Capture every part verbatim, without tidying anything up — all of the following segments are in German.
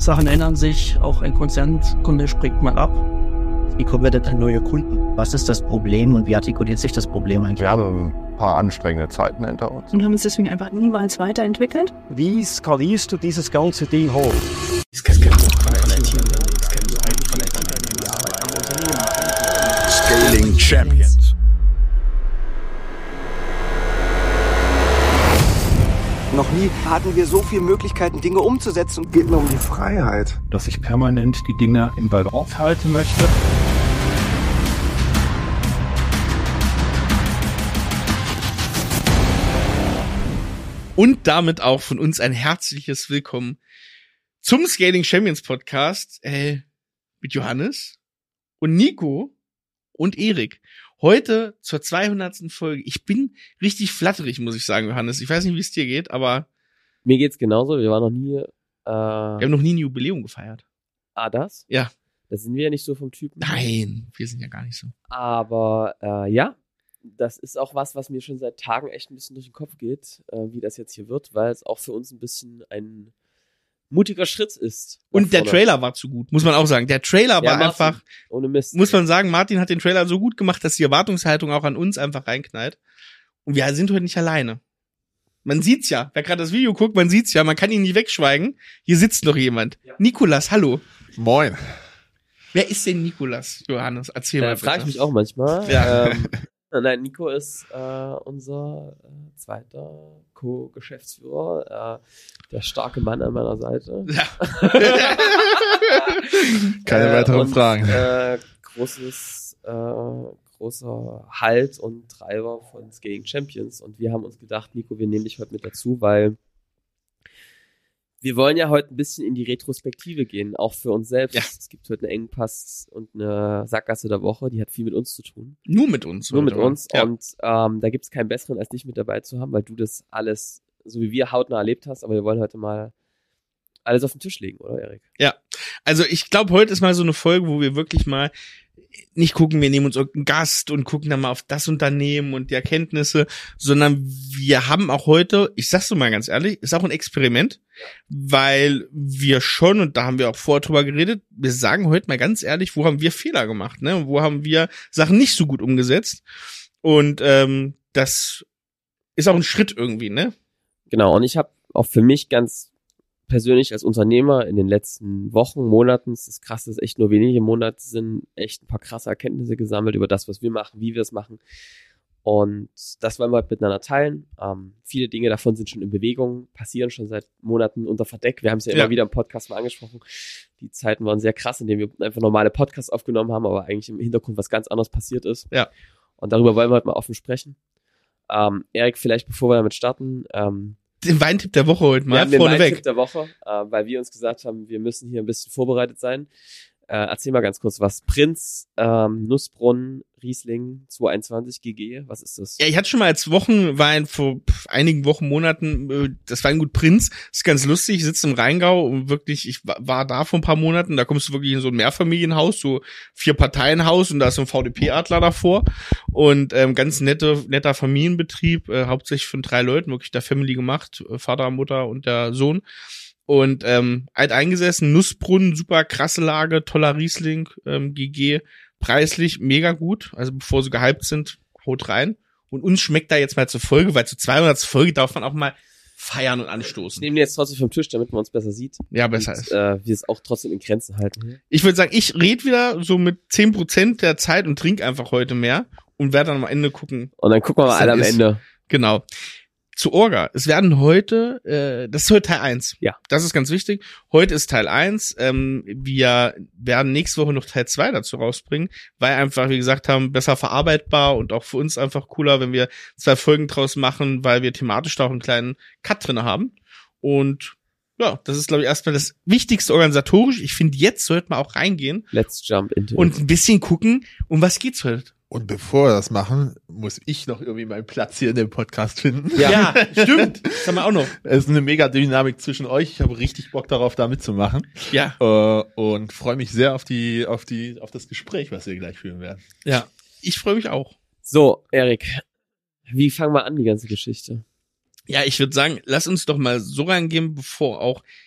Sachen ändern sich, auch ein Konzernkunde springt mal ab. Wie konvertiert ein neuer Kunden? Was ist das Problem und wie artikuliert sich das Problem eigentlich? Wir haben ein paar anstrengende Zeiten hinter uns. Und haben uns deswegen einfach niemals weiterentwickelt. Wie skalierst du dieses ganze Ding hoch? Scaling Champions. Noch nie hatten wir so viele Möglichkeiten, Dinge umzusetzen. Geht mir um die Freiheit. Dass ich permanent die Dinge im Balance halten möchte. Und damit auch von uns ein herzliches Willkommen zum Scaling Champions Podcast äh, mit Johannes und Nico und Erik. Heute zur zweihundertsten Folge. Ich bin richtig flatterig, muss ich sagen, Johannes. Ich weiß nicht, wie es dir geht, aber mir geht's genauso. Wir waren noch nie. Äh, wir haben noch nie ein Jubiläum gefeiert. Ah, das? Ja. Das sind wir ja nicht so vom Typen. Nein, wir sind ja gar nicht so. Aber äh, ja, das ist auch was, was mir schon seit Tagen echt ein bisschen durch den Kopf geht, äh, wie das jetzt hier wird, weil es auch für uns ein bisschen ein mutiger Schritt ist. Und der Trailer war zu gut, muss man auch sagen. Der Trailer war ja, einfach, ohne Mist, muss man sagen, Martin hat den Trailer so gut gemacht, dass die Erwartungshaltung auch an uns einfach reinknallt. Und wir sind heute nicht alleine. Man sieht's ja, wer gerade das Video guckt, man sieht's ja, man kann ihn nicht wegschweigen. Hier sitzt noch jemand. Ja. Nikolas, hallo. Moin. Wer ist denn Nikolas, Johannes? Erzähl äh, mal. Frage ich mich auch manchmal. Ja. Ähm, nein, Nico ist äh, unser äh, zweiter Co-Geschäftsführer, äh, der starke Mann an meiner Seite. Ja. Keine äh, weiteren und, Fragen. Äh, großes, äh, großer Halt und Treiber von Scaling Champions. Und wir haben uns gedacht, Nico, wir nehmen dich heute mit dazu, weil wir wollen ja heute ein bisschen in die Retrospektive gehen, auch für uns selbst. Ja. Es gibt heute einen Engpass und eine Sackgasse der Woche, die hat viel mit uns zu tun. Nur mit uns. Nur mit uns. Ja. Und ähm, da gibt es keinen besseren, als dich mit dabei zu haben, weil du das alles, so wie wir, hautnah erlebt hast. Aber wir wollen heute mal alles auf den Tisch legen, oder Erik? Ja, also ich glaube, heute ist mal so eine Folge, wo wir wirklich mal nicht gucken, wir nehmen uns irgendeinen Gast und gucken dann mal auf das Unternehmen und die Erkenntnisse, sondern wir haben auch heute, ich sag's so mal ganz ehrlich, ist auch ein Experiment, ja. Weil wir schon, und da haben wir auch vorher drüber geredet, wir sagen heute mal ganz ehrlich, wo haben wir Fehler gemacht, ne? Wo haben wir Sachen nicht so gut umgesetzt? Und ähm, das ist auch ein Schritt irgendwie, ne? Genau, und ich habe auch für mich ganz persönlich als Unternehmer in den letzten Wochen, Monaten, es ist krass, dass es echt nur wenige Monate sind, echt ein paar krasse Erkenntnisse gesammelt über das, was wir machen, wie wir es machen. Und das wollen wir heute miteinander teilen. Ähm, viele Dinge davon sind schon in Bewegung, passieren schon seit Monaten unter Verdeck. Wir haben es ja, ja immer wieder im Podcast mal angesprochen. Die Zeiten waren sehr krass, in denen wir einfach normale Podcasts aufgenommen haben, aber eigentlich im Hintergrund was ganz anderes passiert ist. Ja. Und darüber wollen wir heute mal offen sprechen. Ähm, Erik, vielleicht bevor wir damit starten, ähm, den Weintipp der Woche heute mal, wir haben den vorneweg. Weintipp der Woche, äh, weil wir uns gesagt haben, wir müssen hier ein bisschen vorbereitet sein. Äh, erzähl mal ganz kurz was. Prinz, ähm, Nussbrunnen, Riesling, zweihunderteinundzwanzig G G, was ist das? Ja, ich hatte schon mal als Wochenwein vor pf, einigen Wochen, Monaten, äh, das Weingut Prinz, das ist ganz lustig, ich sitze im Rheingau und wirklich, ich war, war da vor ein paar Monaten, da kommst du wirklich in so ein Mehrfamilienhaus, so Vier-Parteien-Haus und da ist so ein V D P-Adler davor und ähm, ganz nette, netter Familienbetrieb, äh, hauptsächlich von drei Leuten, wirklich der Family gemacht, äh, Vater, Mutter und der Sohn. Und ähm, alt eingesessen, Nussbrunnen, super krasse Lage, toller Riesling, ähm, G G, preislich mega gut. Also bevor sie gehypt sind, haut rein. Und uns schmeckt da jetzt mal zur Folge, weil zur zweihundertsten Folge darf man auch mal feiern und anstoßen. Ich nehme den jetzt trotzdem vom Tisch, damit man uns besser sieht. Ja, besser und, ist. Äh, wir es auch trotzdem in Grenzen halten. Ich würde sagen, ich rede wieder so mit zehn Prozent der Zeit und trinke einfach heute mehr und werde dann am Ende gucken. Und dann gucken wir mal alle am ist. Ende. Genau. Zu Orga. Es werden heute, äh, das ist heute Teil eins. Ja. Das ist ganz wichtig. Heute ist Teil eins. Ähm, wir werden nächste Woche noch Teil zwei dazu rausbringen, weil einfach, wie gesagt haben, besser verarbeitbar und auch für uns einfach cooler, wenn wir zwei Folgen draus machen, weil wir thematisch da auch einen kleinen Cut drin haben. Und ja, das ist, glaube ich, erstmal das Wichtigste organisatorisch. Ich finde, jetzt sollten wir auch reingehen. Let's jump into und ein bisschen gucken, um was geht's heute. Und bevor wir das machen, muss ich noch irgendwie meinen Platz hier in dem Podcast finden. Ja, ja, stimmt. Das haben wir auch noch. Es ist eine mega Dynamik zwischen euch. Ich habe richtig Bock darauf, da mitzumachen. Ja. Äh, und freue mich sehr auf die, auf die, auf das Gespräch, was wir gleich führen werden. Ja, ich freue mich auch. So, Erik, wie fangen wir an, die ganze Geschichte? Ja, ich würde sagen, lass uns doch mal so reingehen, bevor auch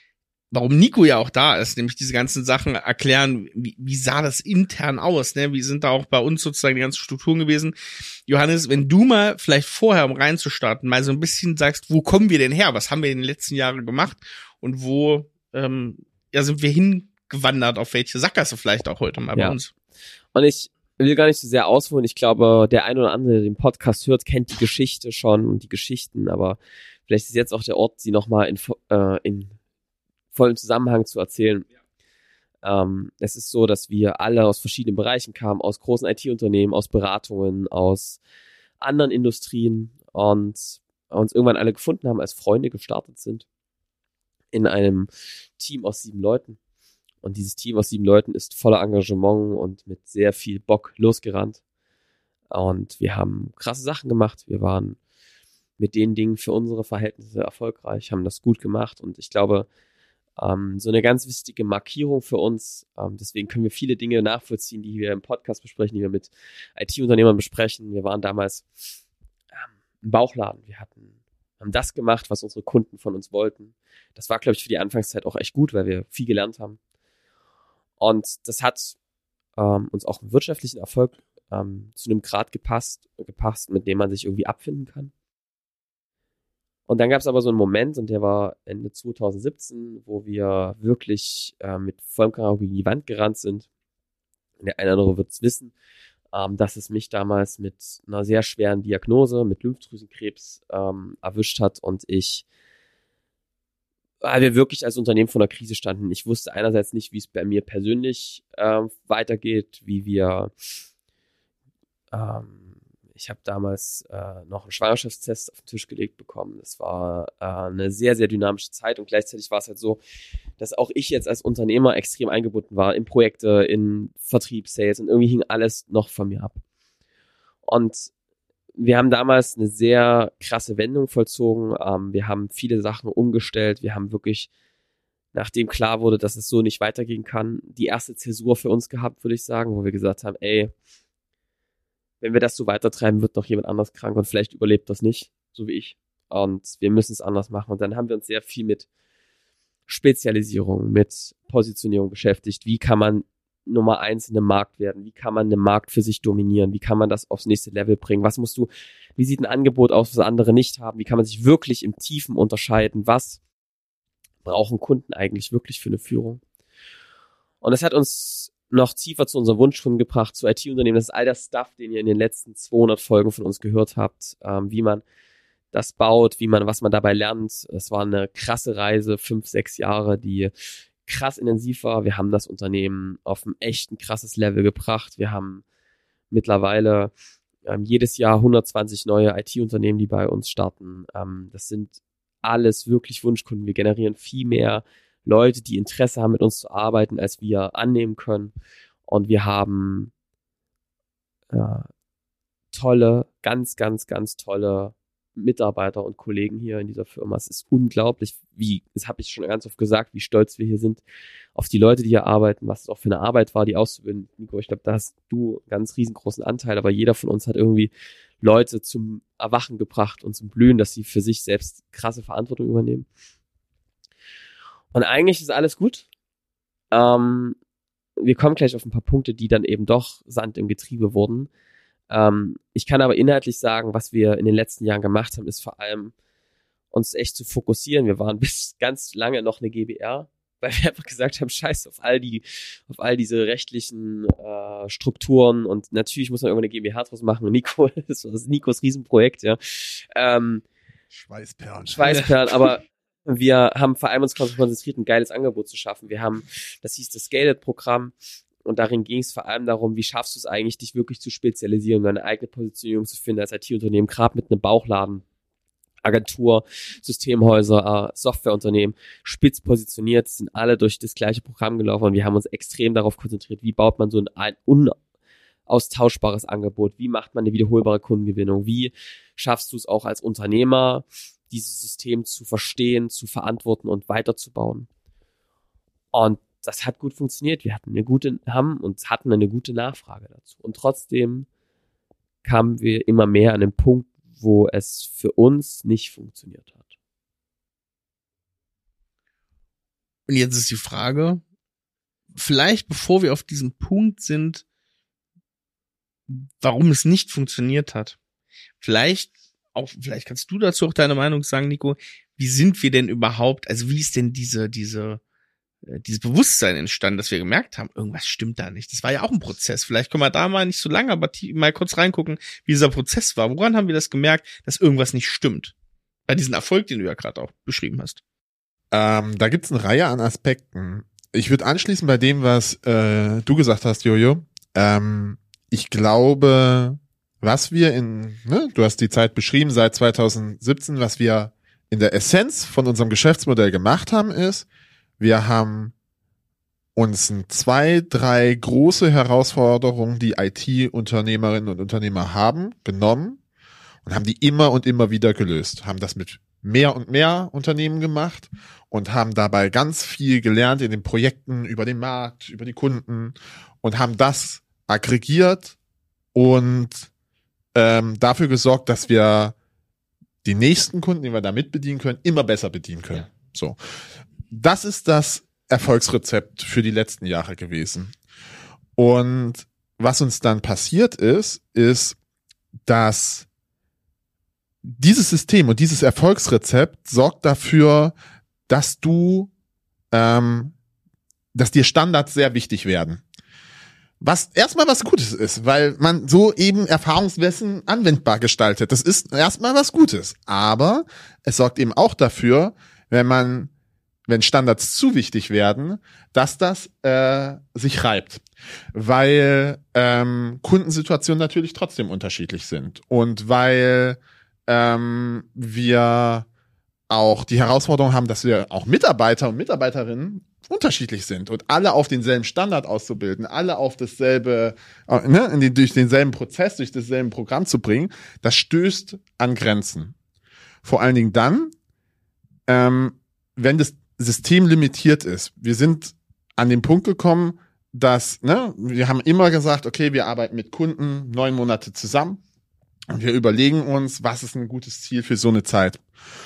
warum Nico ja auch da ist, nämlich diese ganzen Sachen erklären, wie, wie sah das intern aus, ne? Wie sind da auch bei uns sozusagen die ganzen Strukturen gewesen? Johannes, wenn du mal vielleicht vorher, um reinzustarten, mal so ein bisschen sagst, wo kommen wir denn her? Was haben wir in den letzten Jahren gemacht? Und wo ähm, ja, sind wir hingewandert? Auf welche Sackgasse vielleicht auch heute mal ja. bei uns? Und ich will gar nicht so sehr ausholen. Ich glaube, der ein oder andere, der den Podcast hört, kennt die Geschichte schon und die Geschichten, aber vielleicht ist jetzt auch der Ort, sie nochmal in, äh, in vollen Zusammenhang zu erzählen. Ähm, es ist so, dass wir alle aus verschiedenen Bereichen kamen, aus großen I T-Unternehmen, aus Beratungen, aus anderen Industrien und uns irgendwann alle gefunden haben, als Freunde gestartet sind in einem Team aus sieben Leuten. Und dieses Team aus sieben Leuten ist voller Engagement und mit sehr viel Bock losgerannt. Und wir haben krasse Sachen gemacht. Wir waren mit den Dingen für unsere Verhältnisse erfolgreich, haben das gut gemacht und ich glaube, ähm, so eine ganz wichtige Markierung für uns, ähm, deswegen können wir viele Dinge nachvollziehen, die wir im Podcast besprechen, die wir mit I T-Unternehmern besprechen. Wir waren damals ähm, im Bauchladen, wir hatten, haben das gemacht, was unsere Kunden von uns wollten. Das war, glaube ich, für die Anfangszeit auch echt gut, weil wir viel gelernt haben. Und das hat ähm, uns auch im wirtschaftlichen Erfolg ähm, zu einem Grad gepasst, gepasst, mit dem man sich irgendwie abfinden kann. Und dann gab es aber so einen Moment, und der war Ende zwanzig siebzehn, wo wir wirklich äh, mit vollem Karacho gegen die Wand gerannt sind. Der eine oder andere wird es wissen, ähm, dass es mich damals mit einer sehr schweren Diagnose, mit Lymphdrüsenkrebs ähm, erwischt hat und ich, weil wir wirklich als Unternehmen vor einer Krise standen. Ich wusste einerseits nicht, wie es bei mir persönlich äh, weitergeht, wie wir ähm, Ich habe damals äh, noch einen Schwangerschaftstest auf den Tisch gelegt bekommen. Das war äh, eine sehr, sehr dynamische Zeit und gleichzeitig war es halt so, dass auch ich jetzt als Unternehmer extrem eingebunden war in Projekte, in Vertrieb, Sales und irgendwie hing alles noch von mir ab. Und wir haben damals eine sehr krasse Wendung vollzogen. Ähm, wir haben viele Sachen umgestellt. Wir haben wirklich, nachdem klar wurde, dass es so nicht weitergehen kann, die erste Zäsur für uns gehabt, würde ich sagen, wo wir gesagt haben, ey, wenn wir das so weitertreiben, wird noch jemand anders krank und vielleicht überlebt das nicht, so wie ich. Und wir müssen es anders machen. Und dann haben wir uns sehr viel mit Spezialisierung, mit Positionierung beschäftigt. Wie kann man Nummer eins in einem Markt werden? Wie kann man einen Markt für sich dominieren? Wie kann man das aufs nächste Level bringen? Was musst du, wie sieht ein Angebot aus, was andere nicht haben? Wie kann man sich wirklich im Tiefen unterscheiden? Was brauchen Kunden eigentlich wirklich für eine Führung? Und das hat uns noch tiefer zu unserem Wunschkunden gebracht, zu I T-Unternehmen. Das ist all das Stuff, den ihr in den letzten zweihundert Folgen von uns gehört habt, ähm, wie man das baut, wie man, was man dabei lernt. Es war eine krasse Reise, fünf, sechs Jahre, die krass intensiv war. Wir haben das Unternehmen auf ein echt ein krasses Level gebracht. Wir haben mittlerweile ähm, jedes Jahr hundertzwanzig neue I T-Unternehmen, die bei uns starten. Ähm, das sind alles wirklich Wunschkunden. Wir generieren viel mehr Leute, die Interesse haben, mit uns zu arbeiten, als wir annehmen können. Und wir haben äh, tolle, ganz, ganz, ganz tolle Mitarbeiter und Kollegen hier in dieser Firma. Es ist unglaublich, wie, das habe ich schon ganz oft gesagt, wie stolz wir hier sind auf die Leute, die hier arbeiten, was es auch für eine Arbeit war, die auszubilden. Nico, ich glaube, da hast du einen ganz riesengroßen Anteil, aber jeder von uns hat irgendwie Leute zum Erwachen gebracht und zum Blühen, dass sie für sich selbst krasse Verantwortung übernehmen. Und eigentlich ist alles gut. Ähm, wir kommen gleich auf ein paar Punkte, die dann eben doch Sand im Getriebe wurden. Ähm, ich kann aber inhaltlich sagen, was wir in den letzten Jahren gemacht haben, ist vor allem uns echt zu fokussieren. Wir waren bis ganz lange noch eine G b R, weil wir einfach gesagt haben, scheiß auf all die, auf all diese rechtlichen äh, Strukturen und natürlich muss man irgendwann eine G b H draus machen. Und Nico, das ist Nikos Riesenprojekt, ja. Ähm, Schweißperlen. Schweißperlen, aber wir haben vor allem uns konzentriert, ein geiles Angebot zu schaffen. Wir haben, das hieß das Scaled-Programm und darin ging es vor allem darum, wie schaffst du es eigentlich, dich wirklich zu spezialisieren, deine eigene Positionierung zu finden als I T-Unternehmen, gerade mit einem Bauchladen, Agentur, Systemhäuser, äh, Softwareunternehmen, spitz positioniert, sind alle durch das gleiche Programm gelaufen und wir haben uns extrem darauf konzentriert, wie baut man so ein, ein unaustauschbares Angebot, wie macht man eine wiederholbare Kundengewinnung, wie schaffst du es auch als Unternehmer, dieses System zu verstehen, zu verantworten und weiterzubauen. Und das hat gut funktioniert. Wir hatten eine gute, haben und hatten eine gute Nachfrage dazu. Und trotzdem kamen wir immer mehr an den Punkt, wo es für uns nicht funktioniert hat. Und jetzt ist die Frage, vielleicht bevor wir auf diesem Punkt sind, warum es nicht funktioniert hat. Vielleicht auch, vielleicht kannst du dazu auch deine Meinung sagen, Nico. Wie sind wir denn überhaupt, also wie ist denn diese, diese, äh, dieses Bewusstsein entstanden, dass wir gemerkt haben, irgendwas stimmt da nicht. Das war ja auch ein Prozess. Vielleicht können wir da mal nicht so lange, aber mal kurz reingucken, wie dieser Prozess war. Woran haben wir das gemerkt, dass irgendwas nicht stimmt? Bei diesem Erfolg, den du ja gerade auch beschrieben hast. Ähm, da gibt's eine Reihe an Aspekten. Ich würde anschließen bei dem, was äh, du gesagt hast, Jojo. Ähm, ich glaube, was wir in, ne, du hast die Zeit beschrieben, seit zwanzig siebzehn, was wir in der Essenz von unserem Geschäftsmodell gemacht haben, ist, wir haben uns zwei, drei große Herausforderungen, die I T-Unternehmerinnen und Unternehmer haben, genommen und haben die immer und immer wieder gelöst. Haben das mit mehr und mehr Unternehmen gemacht und haben dabei ganz viel gelernt in den Projekten über den Markt, über die Kunden und haben das aggregiert und ähm, dafür gesorgt, dass wir die nächsten Kunden, die wir da mit bedienen können, immer besser bedienen können. Ja. So. Das ist das Erfolgsrezept für die letzten Jahre gewesen. Und was uns dann passiert ist, ist, dass dieses System und dieses Erfolgsrezept sorgt dafür, dass du, ähm, dass dir Standards sehr wichtig werden. Was erstmal was Gutes ist, weil man so eben Erfahrungswissen anwendbar gestaltet. Das ist erstmal was Gutes. Aber es sorgt eben auch dafür, wenn man, wenn Standards zu wichtig werden, dass das äh, sich reibt. Weil ähm, Kundensituationen natürlich trotzdem unterschiedlich sind. Und weil ähm, wir auch die Herausforderung haben, dass wir auch Mitarbeiter und Mitarbeiterinnen unterschiedlich sind und alle auf denselben Standard auszubilden, alle auf dasselbe, ne, in den, durch denselben Prozess, durch dasselbe Programm zu bringen, das stößt an Grenzen. Vor allen Dingen dann, ähm, wenn das System limitiert ist. Wir sind an den Punkt gekommen, dass, ne, wir haben immer gesagt, okay, wir arbeiten mit Kunden neun Monate zusammen und wir überlegen uns, was ist ein gutes Ziel für so eine Zeit.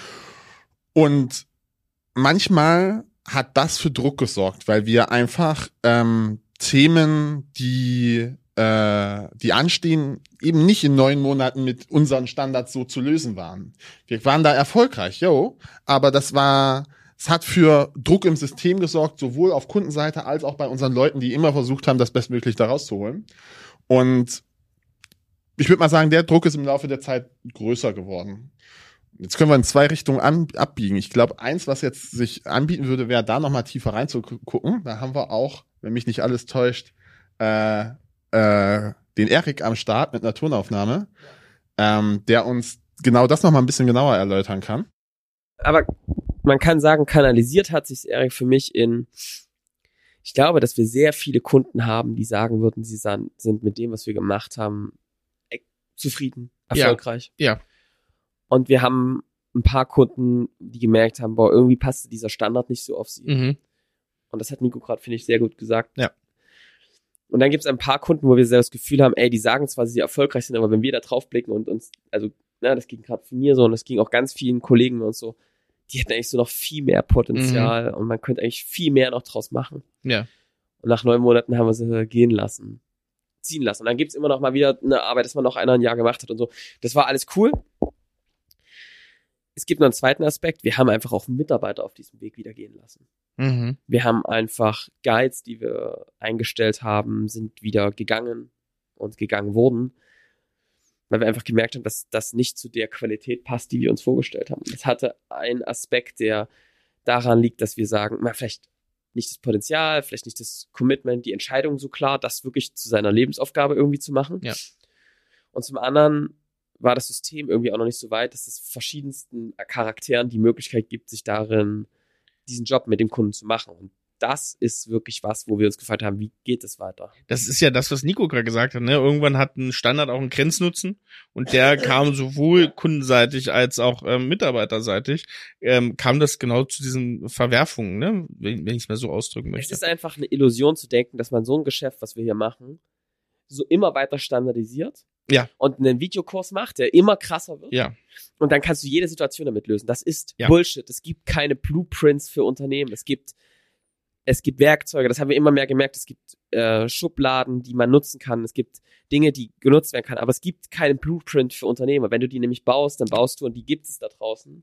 Und manchmal hat das für Druck gesorgt, weil wir einfach ähm, Themen, die äh, die anstehen, eben nicht in neun Monaten mit unseren Standards so zu lösen waren. Wir waren da erfolgreich, jo, aber das war, es hat für Druck im System gesorgt, sowohl auf Kundenseite als auch bei unseren Leuten, die immer versucht haben, das bestmöglich da rauszuholen. Und ich würde mal sagen, der Druck ist im Laufe der Zeit größer geworden. Jetzt können wir in zwei Richtungen an, abbiegen. Ich glaube, eins, was jetzt sich anbieten würde, wäre da nochmal tiefer reinzugucken. Da haben wir auch, wenn mich nicht alles täuscht, äh, äh, den Erik am Start mit einer Tonaufnahme, ähm, der uns genau das nochmal ein bisschen genauer erläutern kann. Aber man kann sagen, kanalisiert hat sich Erik für mich in, ich glaube, dass wir sehr viele Kunden haben, die sagen würden, sie sind mit dem, was wir gemacht haben, zufrieden, erfolgreich. Ja. ja. Und wir haben ein paar Kunden, die gemerkt haben, boah, irgendwie passte dieser Standard nicht so auf sie. Mhm. Und das hat Nico gerade, finde ich, sehr gut gesagt. Ja. Und dann gibt es ein paar Kunden, wo wir sehr das Gefühl haben, ey, die sagen zwar, sie erfolgreich sind, aber wenn wir da drauf blicken und uns, also, na, das ging gerade von mir so und das ging auch ganz vielen Kollegen und so, die hätten eigentlich so noch viel mehr Potenzial mhm. und man könnte eigentlich viel mehr noch draus machen. Ja. Und nach neun Monaten haben wir sie gehen lassen, ziehen lassen. Und dann gibt es immer noch mal wieder eine Arbeit, dass man noch einer ein Jahr gemacht hat und so. Das war alles cool. Es gibt noch einen zweiten Aspekt. Wir haben einfach auch Mitarbeiter auf diesem Weg wieder gehen lassen. Mhm. Wir haben einfach Guides, die wir eingestellt haben, sind wieder gegangen und gegangen wurden, weil wir einfach gemerkt haben, dass das nicht zu der Qualität passt, die wir uns vorgestellt haben. Es hatte einen Aspekt, der daran liegt, dass wir sagen, na, vielleicht nicht das Potenzial, vielleicht nicht das Commitment, die Entscheidung so klar, das wirklich zu seiner Lebensaufgabe irgendwie zu machen. Ja. Und zum anderen war das System irgendwie auch noch nicht so weit, dass es verschiedensten Charakteren die Möglichkeit gibt, sich darin diesen Job mit dem Kunden zu machen. Und das ist wirklich was, wo wir uns gefragt haben, wie geht es weiter? Das ist ja das, was Nico gerade gesagt hat, ne? Irgendwann hat ein Standard auch einen Grenznutzen und der kam sowohl kundenseitig als auch ähm, mitarbeiterseitig, ähm, kam das genau zu diesen Verwerfungen, ne? Wenn, wenn ich es mal so ausdrücken möchte. Es ist einfach eine Illusion zu denken, dass man so ein Geschäft, was wir hier machen, so immer weiter standardisiert. Ja. Und einen Videokurs macht, der immer krasser wird. Ja. Und dann kannst du jede Situation damit lösen. Das ist ja. Bullshit. Es gibt keine Blueprints für Unternehmen. Es gibt es gibt Werkzeuge, das haben wir immer mehr gemerkt, es gibt äh, Schubladen, die man nutzen kann, es gibt Dinge, die genutzt werden kann, aber es gibt keinen Blueprint für Unternehmer. Wenn du die nämlich baust, dann baust du, und die gibt es da draußen,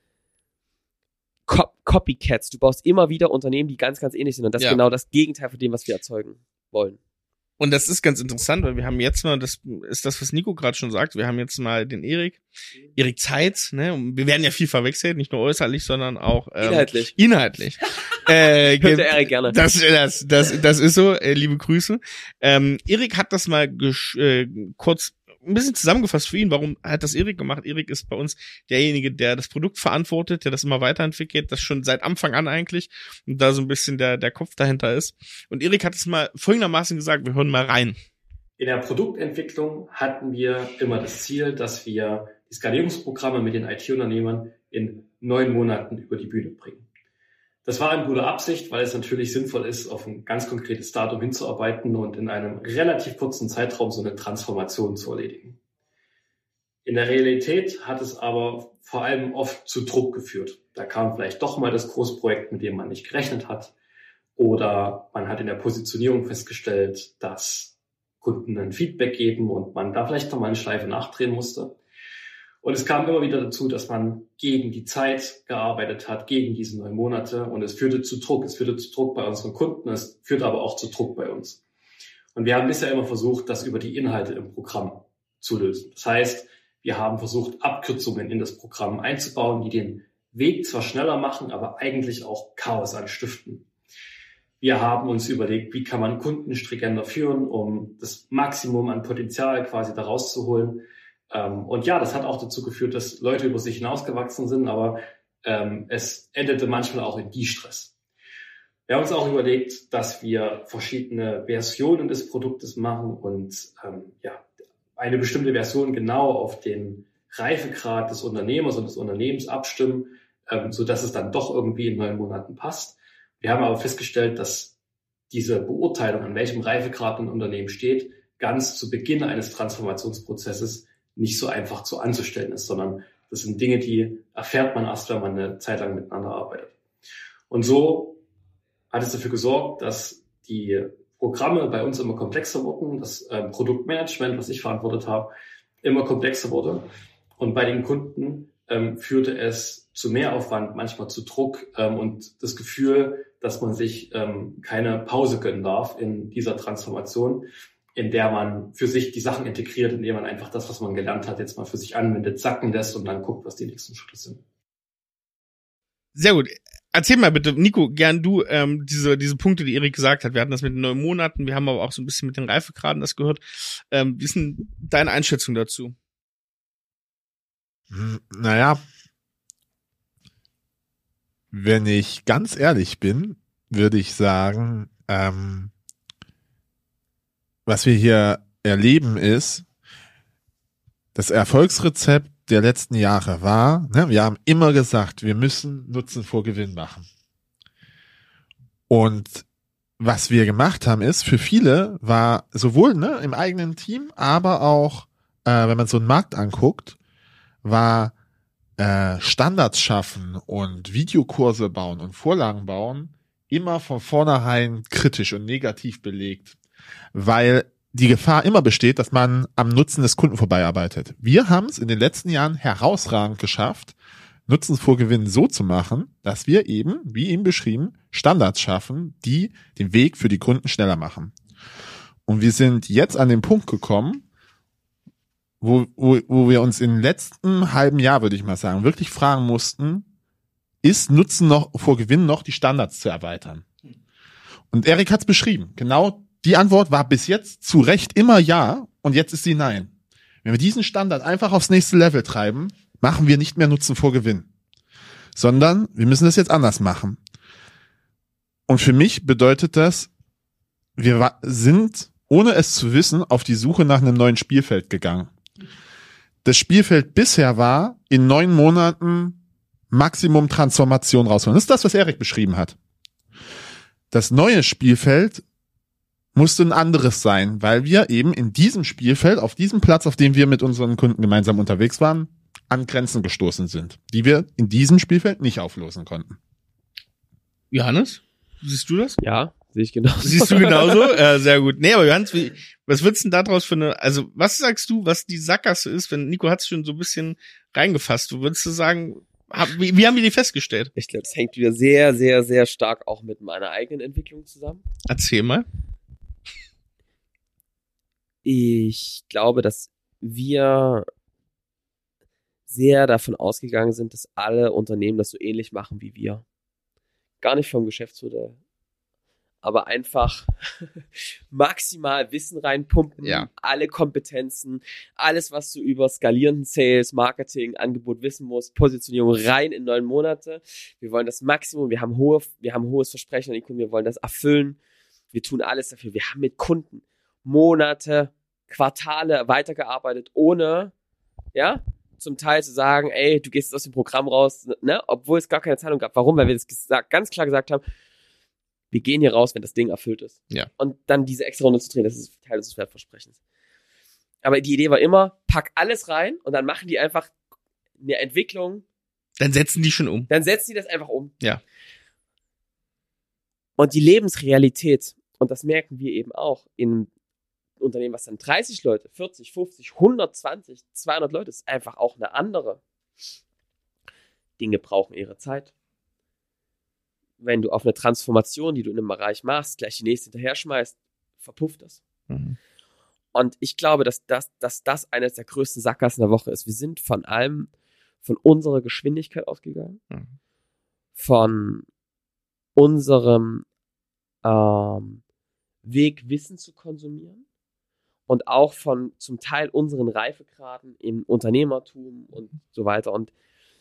Co- Copycats. Du baust immer wieder Unternehmen, die ganz, ganz ähnlich sind, und das Ja. ist genau das Gegenteil von dem, was wir erzeugen wollen. Und das ist ganz interessant, weil wir haben jetzt mal, das ist das, was Nico gerade schon sagt, wir haben jetzt mal den Erik, Erik Zeitz, ne, und wir werden ja viel verwechselt, nicht nur äußerlich, sondern auch ähm, Inhaltlich. Inhaltlich. äh, Hört der Erik gerne. Das, das, das, das ist so, äh, liebe Grüße. Ähm, Erik hat das mal gesch- äh, kurz ein bisschen zusammengefasst für ihn. Warum hat das Erik gemacht? Erik ist bei uns derjenige, der das Produkt verantwortet, der das immer weiterentwickelt, das schon seit Anfang an eigentlich, und da so ein bisschen der, der Kopf dahinter ist. Und Erik hat es mal folgendermaßen gesagt, wir hören mal rein. In der Produktentwicklung hatten wir immer das Ziel, dass wir die Skalierungsprogramme mit den I T-Unternehmern in neun Monaten über die Bühne bringen. Das war eine gute Absicht, weil es natürlich sinnvoll ist, auf ein ganz konkretes Datum hinzuarbeiten und in einem relativ kurzen Zeitraum so eine Transformation zu erledigen. In der Realität hat es aber vor allem oft zu Druck geführt. Da kam vielleicht doch mal das Großprojekt, mit dem man nicht gerechnet hat, oder man hat in der Positionierung festgestellt, dass Kunden ein Feedback geben und man da vielleicht noch mal eine Schleife nachdrehen musste. Und es kam immer wieder dazu, dass man gegen die Zeit gearbeitet hat, gegen diese neun Monate. Und es führte zu Druck. Es führte zu Druck bei unseren Kunden. Es führte aber auch zu Druck bei uns. Und wir haben bisher immer versucht, das über die Inhalte im Programm zu lösen. Das heißt, wir haben versucht, Abkürzungen in das Programm einzubauen, die den Weg zwar schneller machen, aber eigentlich auch Chaos anstiften. Wir haben uns überlegt, wie kann man Kunden stringenter führen, um das Maximum an Potenzial quasi da rauszuholen. Und ja, das hat auch dazu geführt, dass Leute über sich hinausgewachsen sind, aber ähm, es endete manchmal auch in Die-Stress. Wir haben uns auch überlegt, dass wir verschiedene Versionen des Produktes machen und ähm, ja, eine bestimmte Version genau auf den Reifegrad des Unternehmers und des Unternehmens abstimmen, ähm, sodass es dann doch irgendwie in neun Monaten passt. Wir haben aber festgestellt, dass diese Beurteilung, an welchem Reifegrad ein Unternehmen steht, ganz zu Beginn eines Transformationsprozesses nicht so einfach zu anzustellen ist, sondern das sind Dinge, die erfährt man erst, wenn man eine Zeit lang miteinander arbeitet. Und so hat es dafür gesorgt, dass die Programme bei uns immer komplexer wurden, das äh, Produktmanagement, was ich verantwortet habe, immer komplexer wurde. Und bei den Kunden ähm, führte es zu Mehraufwand, manchmal zu Druck ähm, und das Gefühl, dass man sich ähm, keine Pause gönnen darf in dieser Transformation, in der man für sich die Sachen integriert, indem man einfach das, was man gelernt hat, jetzt mal für sich anwendet, sacken lässt und dann guckt, was die nächsten Schritte sind. Sehr gut. Erzähl mal bitte, Nico, gern du, ähm, diese diese Punkte, die Erik gesagt hat. Wir hatten das mit den neun Monaten, wir haben aber auch so ein bisschen mit den Reifegraden das gehört. Ähm, wie ist denn deine Einschätzung dazu? Naja, wenn ich ganz ehrlich bin, würde ich sagen, ähm, was wir hier erleben ist, das Erfolgsrezept der letzten Jahre war, ne, wir haben immer gesagt, wir müssen Nutzen vor Gewinn machen. Und was wir gemacht haben ist, für viele war sowohl ne, im eigenen Team, aber auch, äh, wenn man so einen Markt anguckt, war äh, Standards schaffen und Videokurse bauen und Vorlagen bauen immer von vornherein kritisch und negativ belegt, weil die Gefahr immer besteht, dass man am Nutzen des Kunden vorbeiarbeitet. Wir haben es in den letzten Jahren herausragend geschafft, Nutzen vor Gewinn so zu machen, dass wir eben, wie eben beschrieben, Standards schaffen, die den Weg für die Kunden schneller machen. Und wir sind jetzt an den Punkt gekommen, wo, wo, wo wir uns im letzten halben Jahr, würde ich mal sagen, wirklich fragen mussten, ist Nutzen noch vor Gewinn noch die Standards zu erweitern? Und Erik hat es beschrieben. Genau die Antwort war bis jetzt zu Recht immer ja und jetzt ist sie nein. Wenn wir diesen Standard einfach aufs nächste Level treiben, machen wir nicht mehr Nutzen vor Gewinn, sondern wir müssen das jetzt anders machen. Und für mich bedeutet das, wir sind, ohne es zu wissen, auf die Suche nach einem neuen Spielfeld gegangen. Das Spielfeld bisher war, in neun Monaten Maximum Transformation rausholen. Das ist das, was Erik beschrieben hat. Das neue Spielfeld musste ein anderes sein, weil wir eben in diesem Spielfeld, auf diesem Platz, auf dem wir mit unseren Kunden gemeinsam unterwegs waren, an Grenzen gestoßen sind, die wir in diesem Spielfeld nicht auflösen konnten. Johannes? Siehst du das? Ja, sehe ich genauso. Siehst du genauso? äh, sehr gut. Nee, aber Johannes, wie, was würdest du denn daraus für eine, also was sagst du, was die Sackgasse ist, wenn Nico hat's schon so ein bisschen reingefasst, du würdest du sagen, hab, wie, wie haben wir die festgestellt? Ich glaube, das hängt wieder sehr, sehr, sehr stark auch mit meiner eigenen Entwicklung zusammen. Erzähl mal. Ich glaube, dass wir sehr davon ausgegangen sind, dass alle Unternehmen das so ähnlich machen wie wir. Gar nicht vom Geschäftsmodell, aber einfach maximal Wissen reinpumpen, ja. alle Kompetenzen, alles, was du über skalierenden Sales, Marketing, Angebot wissen musst, Positionierung rein in neun Monate. Wir wollen das Maximum, wir haben hohe, wir haben hohes Versprechen an die Kunden, wir wollen das erfüllen. Wir tun alles dafür. Wir haben mit Kunden Monate, Quartale weitergearbeitet, ohne, ja, zum Teil zu sagen, ey, du gehst jetzt aus dem Programm raus, ne, obwohl es gar keine Zahlung gab. Warum? Weil wir das gesagt, ganz klar gesagt haben, wir gehen hier raus, wenn das Ding erfüllt ist. Ja. Und dann diese extra Runde zu drehen, das ist Teil des Wertversprechens. Aber die Idee war immer, pack alles rein und dann machen die einfach eine Entwicklung. Dann setzen die schon um. Dann setzen die das einfach um. Ja. Und die Lebensrealität, und das merken wir eben auch in Unternehmen, was dann dreißig Leute, vierzig, fünfzig, hundertzwanzig, zweihundert Leute, ist einfach auch eine andere. Dinge brauchen ihre Zeit. Wenn du auf eine Transformation, die du in einem Bereich machst, gleich die nächste hinterher schmeißt, verpufft das. Mhm. Und ich glaube, dass das, dass das eines der größten Sackgassen der Woche ist. Wir sind von allem, von unserer Geschwindigkeit ausgegangen, mhm. von unserem ähm, Weg, Wissen zu konsumieren und auch von zum Teil unseren Reifegraden im Unternehmertum und so weiter. Und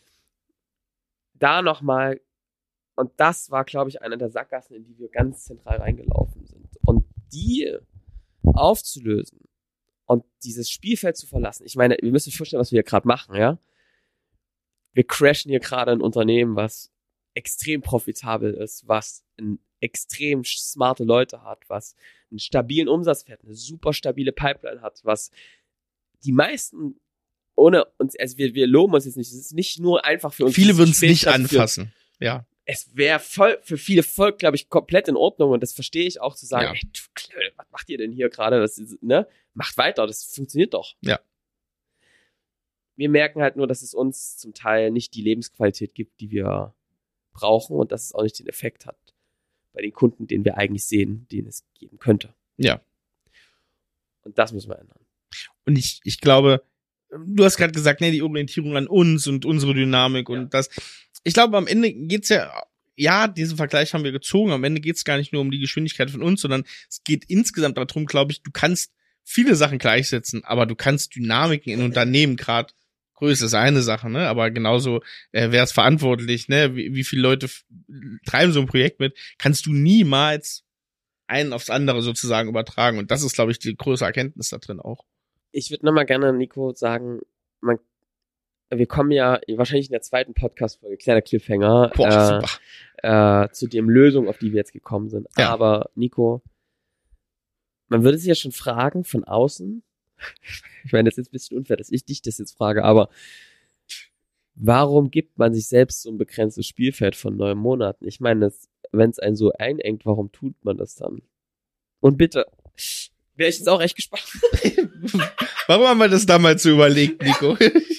da nochmal, und das war, glaube ich, einer der Sackgassen, in die wir ganz zentral reingelaufen sind. Und die aufzulösen und dieses Spielfeld zu verlassen. Ich meine, wir müssen uns vorstellen, was wir hier gerade machen, ja? Wir crashen hier gerade ein Unternehmen, was extrem profitabel ist, was ein extrem smarte Leute hat, was einen stabilen Umsatz fährt, eine super stabile Pipeline hat, was die meisten ohne uns, also wir, wir loben uns jetzt nicht, es ist nicht nur einfach für uns. Viele würden es nicht anfassen, ja. Es wäre voll, für viele Volk, glaube ich, komplett in Ordnung und das verstehe ich auch zu sagen, ja. ey, du Klöde, was macht ihr denn hier gerade? Das ist, ne? Macht weiter, das funktioniert doch. Ja. Wir merken halt nur, dass es uns zum Teil nicht die Lebensqualität gibt, die wir brauchen und dass es auch nicht den Effekt hat bei den Kunden, den wir eigentlich sehen, den es geben könnte. Ja. Und das müssen wir ändern. Und ich, ich glaube, du hast gerade gesagt, ne, die Orientierung an uns und unsere Dynamik ja. und das. Ich glaube, am Ende geht's ja, ja, diesen Vergleich haben wir gezogen, am Ende geht's gar nicht nur um die Geschwindigkeit von uns, sondern es geht insgesamt darum, glaube ich, du kannst viele Sachen gleichsetzen, aber du kannst Dynamiken in Unternehmen, gerade Größe ist eine Sache, ne, aber genauso, äh, wer ist verantwortlich, ne, wie, wie viele Leute f- treiben so ein Projekt mit, kannst du niemals einen aufs andere sozusagen übertragen und das ist, glaube ich, die größte Erkenntnis da drin auch. Ich würde nochmal gerne, Nico, sagen, man wir kommen ja wahrscheinlich in der zweiten Podcast-Folge, kleiner Cliffhanger, Boah, äh, super. Äh, zu den Lösungen, auf die wir jetzt gekommen sind. Ja. Aber Nico, man würde sich ja schon fragen von außen, ich meine, das ist jetzt ein bisschen unfair, dass ich dich das jetzt frage, aber warum gibt man sich selbst so ein begrenztes Spielfeld von neun Monaten? Ich meine, wenn es einen so einengt, warum tut man das dann? Und bitte, wäre ich jetzt auch echt gespannt. Warum haben wir das damals so überlegt, Nico?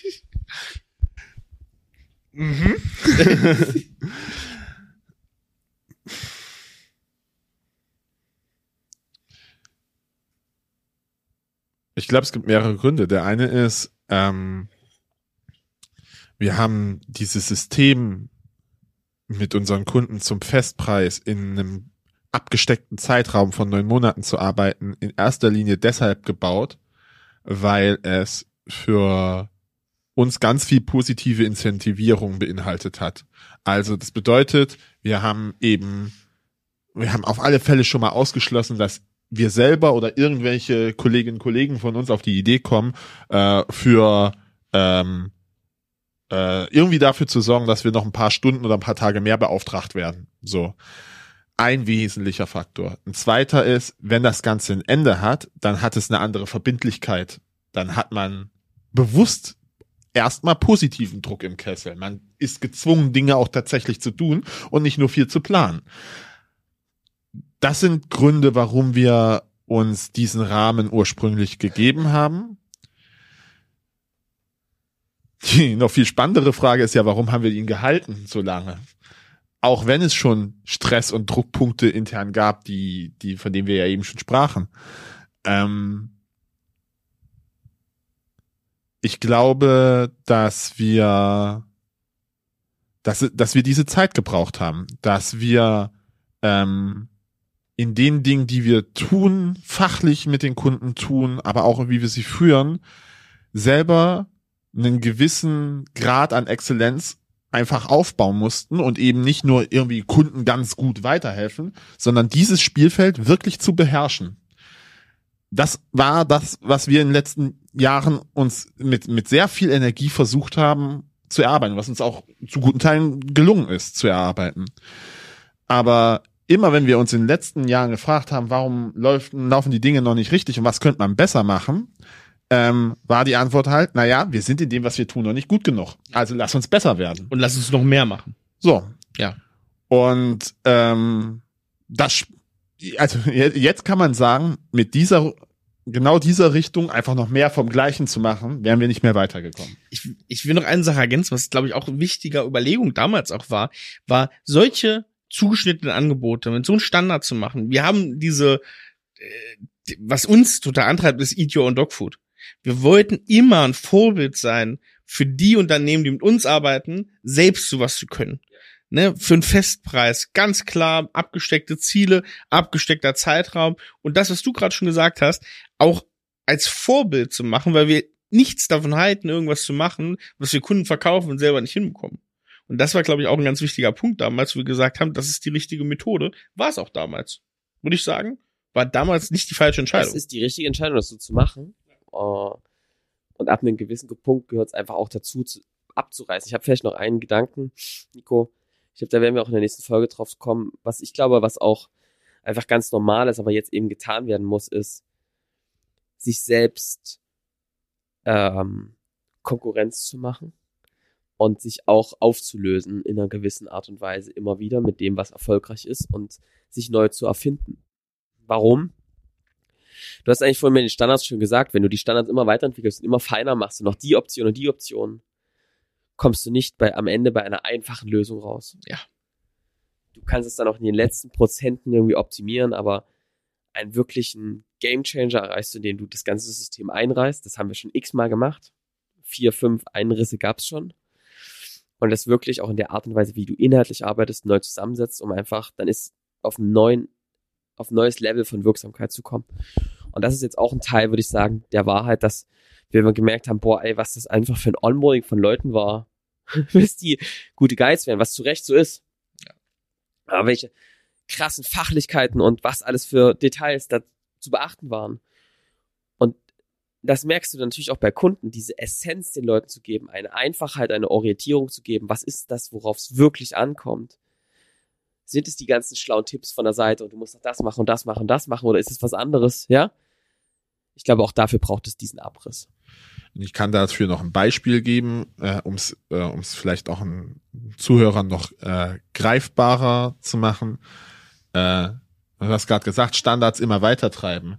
Mhm. Ich glaube, es gibt mehrere Gründe. Der eine ist, ähm, wir haben dieses System mit unseren Kunden zum Festpreis in einem abgesteckten Zeitraum von neun Monaten zu arbeiten, in erster Linie deshalb gebaut, weil es für uns ganz viel positive Incentivierung beinhaltet hat. Also das bedeutet, wir haben eben, wir haben auf alle Fälle schon mal ausgeschlossen, dass wir selber oder irgendwelche Kolleginnen und Kollegen von uns auf die Idee kommen, äh, für ähm, äh, irgendwie dafür zu sorgen, dass wir noch ein paar Stunden oder ein paar Tage mehr beauftragt werden. So. Ein wesentlicher Faktor. Ein zweiter ist, wenn das Ganze ein Ende hat, dann hat es eine andere Verbindlichkeit. Dann hat man bewusst erstmal positiven Druck im Kessel. Man ist gezwungen, Dinge auch tatsächlich zu tun und nicht nur viel zu planen. das sind Gründe, warum wir uns diesen Rahmen ursprünglich gegeben haben. Die noch viel spannendere Frage ist ja, warum haben wir ihn gehalten so lange? Auch wenn es schon Stress und Druckpunkte intern gab, die, die, von denen wir ja eben schon sprachen. Ähm, ich glaube, dass wir, dass, dass wir diese Zeit gebraucht haben, dass wir ähm, in den Dingen, die wir tun, fachlich mit den Kunden tun, aber auch wie wir sie führen, selber einen gewissen Grad an Exzellenz einfach aufbauen mussten und eben nicht nur irgendwie Kunden ganz gut weiterhelfen, sondern dieses Spielfeld wirklich zu beherrschen. Das war das, was wir in den letzten Jahren uns mit, mit sehr viel Energie versucht haben zu erarbeiten, was uns auch zu guten Teilen gelungen ist zu erarbeiten. Aber immer wenn wir uns in den letzten Jahren gefragt haben, warum laufen, laufen die Dinge noch nicht richtig und was könnte man besser machen, ähm, war die Antwort halt, naja, wir sind in dem, was wir tun, noch nicht gut genug. Also lass uns besser werden. Und lass uns noch mehr machen. So. Ja. Und ähm, das, also jetzt kann man sagen, mit dieser, genau dieser Richtung einfach noch mehr vom Gleichen zu machen, wären wir nicht mehr weitergekommen. Ich, ich will noch eine Sache ergänzen, was, glaube ich, auch eine wichtige Überlegung damals auch war, war solche zugeschnittene Angebote mit so einem Standard zu machen. Wir haben diese, äh, was uns total antreibt, ist Eat Your Own Dog Food. Wir wollten immer ein Vorbild sein für die Unternehmen, die mit uns arbeiten, selbst sowas zu können. Ne, für einen Festpreis, ganz klar, abgesteckte Ziele, abgesteckter Zeitraum und das, was du gerade schon gesagt hast, auch als Vorbild zu machen, weil wir nichts davon halten, irgendwas zu machen, was wir Kunden verkaufen und selber nicht hinbekommen. Und das war, glaube ich, auch ein ganz wichtiger Punkt damals, wo wir gesagt haben, das ist die richtige Methode. War es auch damals, würde ich sagen. War damals nicht die falsche Entscheidung. Das ist die richtige Entscheidung, das so zu machen. Und ab einem gewissen Punkt gehört es einfach auch dazu, zu, abzureißen. Ich habe vielleicht noch einen Gedanken, Nico. Ich glaube, da werden wir auch in der nächsten Folge drauf kommen. Was ich glaube, was auch einfach ganz normal ist, aber jetzt eben getan werden muss, ist, sich selbst ähm, Konkurrenz zu machen und sich auch aufzulösen in einer gewissen Art und Weise immer wieder mit dem, was erfolgreich ist und sich neu zu erfinden. Warum? Du hast eigentlich vorhin mit den Standards schon gesagt, wenn du die Standards immer weiterentwickelst und immer feiner machst und noch die Option und die Option, kommst du nicht bei am Ende bei einer einfachen Lösung raus. Ja. Du kannst es dann auch in den letzten Prozenten irgendwie optimieren, aber einen wirklichen Gamechanger erreichst du, indem du das ganze System einreißt. Das haben wir schon x-mal gemacht. Vier, fünf Einrisse gab's schon. Und das wirklich auch in der Art und Weise, wie du inhaltlich arbeitest, neu zusammensetzt, um einfach, dann ist auf einen neuen, auf ein neues Level von Wirksamkeit zu kommen. Und das ist jetzt auch ein Teil, würde ich sagen, der Wahrheit, dass wir immer gemerkt haben, boah, ey, was das einfach für ein Onboarding von Leuten war, bis die gute Guides werden, was zu Recht so ist. Ja. Aber welche krassen Fachlichkeiten und was alles für Details da zu beachten waren. Und das merkst du natürlich auch bei Kunden, diese Essenz den Leuten zu geben, eine Einfachheit, eine Orientierung zu geben. Was ist das, worauf es wirklich ankommt? Sind es die ganzen schlauen Tipps von der Seite und du musst noch das machen und das machen und das machen oder ist es was anderes? Ja? Ich glaube, auch dafür braucht es diesen Abriss. Ich kann dafür noch ein Beispiel geben, äh, um es äh, um's vielleicht auch einen Zuhörern noch äh, greifbarer zu machen. Äh, du hast gerade gesagt, Standards immer weiter treiben.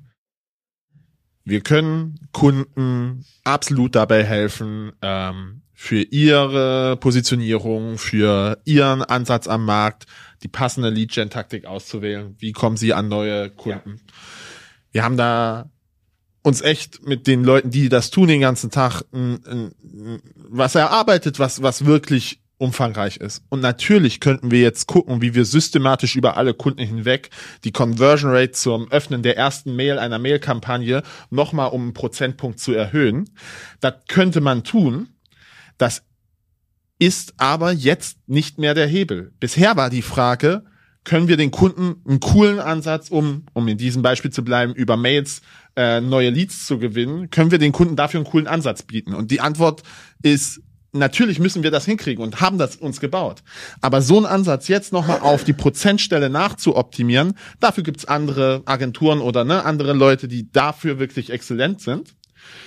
Wir können Kunden absolut dabei helfen, ähm, für ihre Positionierung, für ihren Ansatz am Markt, die passende Lead-Gen-Taktik auszuwählen. Wie kommen sie an neue Kunden? Ja. Wir haben da uns echt mit den Leuten, die das tun den ganzen Tag, n, n, was erarbeitet, was was wirklich umfangreich ist. Und natürlich könnten wir jetzt gucken, wie wir systematisch über alle Kunden hinweg die Conversion Rate zum Öffnen der ersten Mail einer Mail-Kampagne nochmal um einen Prozentpunkt zu erhöhen. Das könnte man tun. Das ist aber jetzt nicht mehr der Hebel. Bisher war die Frage, können wir den Kunden einen coolen Ansatz, um um in diesem Beispiel zu bleiben, über Mails äh, neue Leads zu gewinnen, können wir den Kunden dafür einen coolen Ansatz bieten? Und die Antwort ist, natürlich müssen wir das hinkriegen und haben das uns gebaut. Aber so einen Ansatz jetzt nochmal auf die Prozentstelle nachzuoptimieren, dafür gibt's andere Agenturen oder ne andere Leute, die dafür wirklich exzellent sind.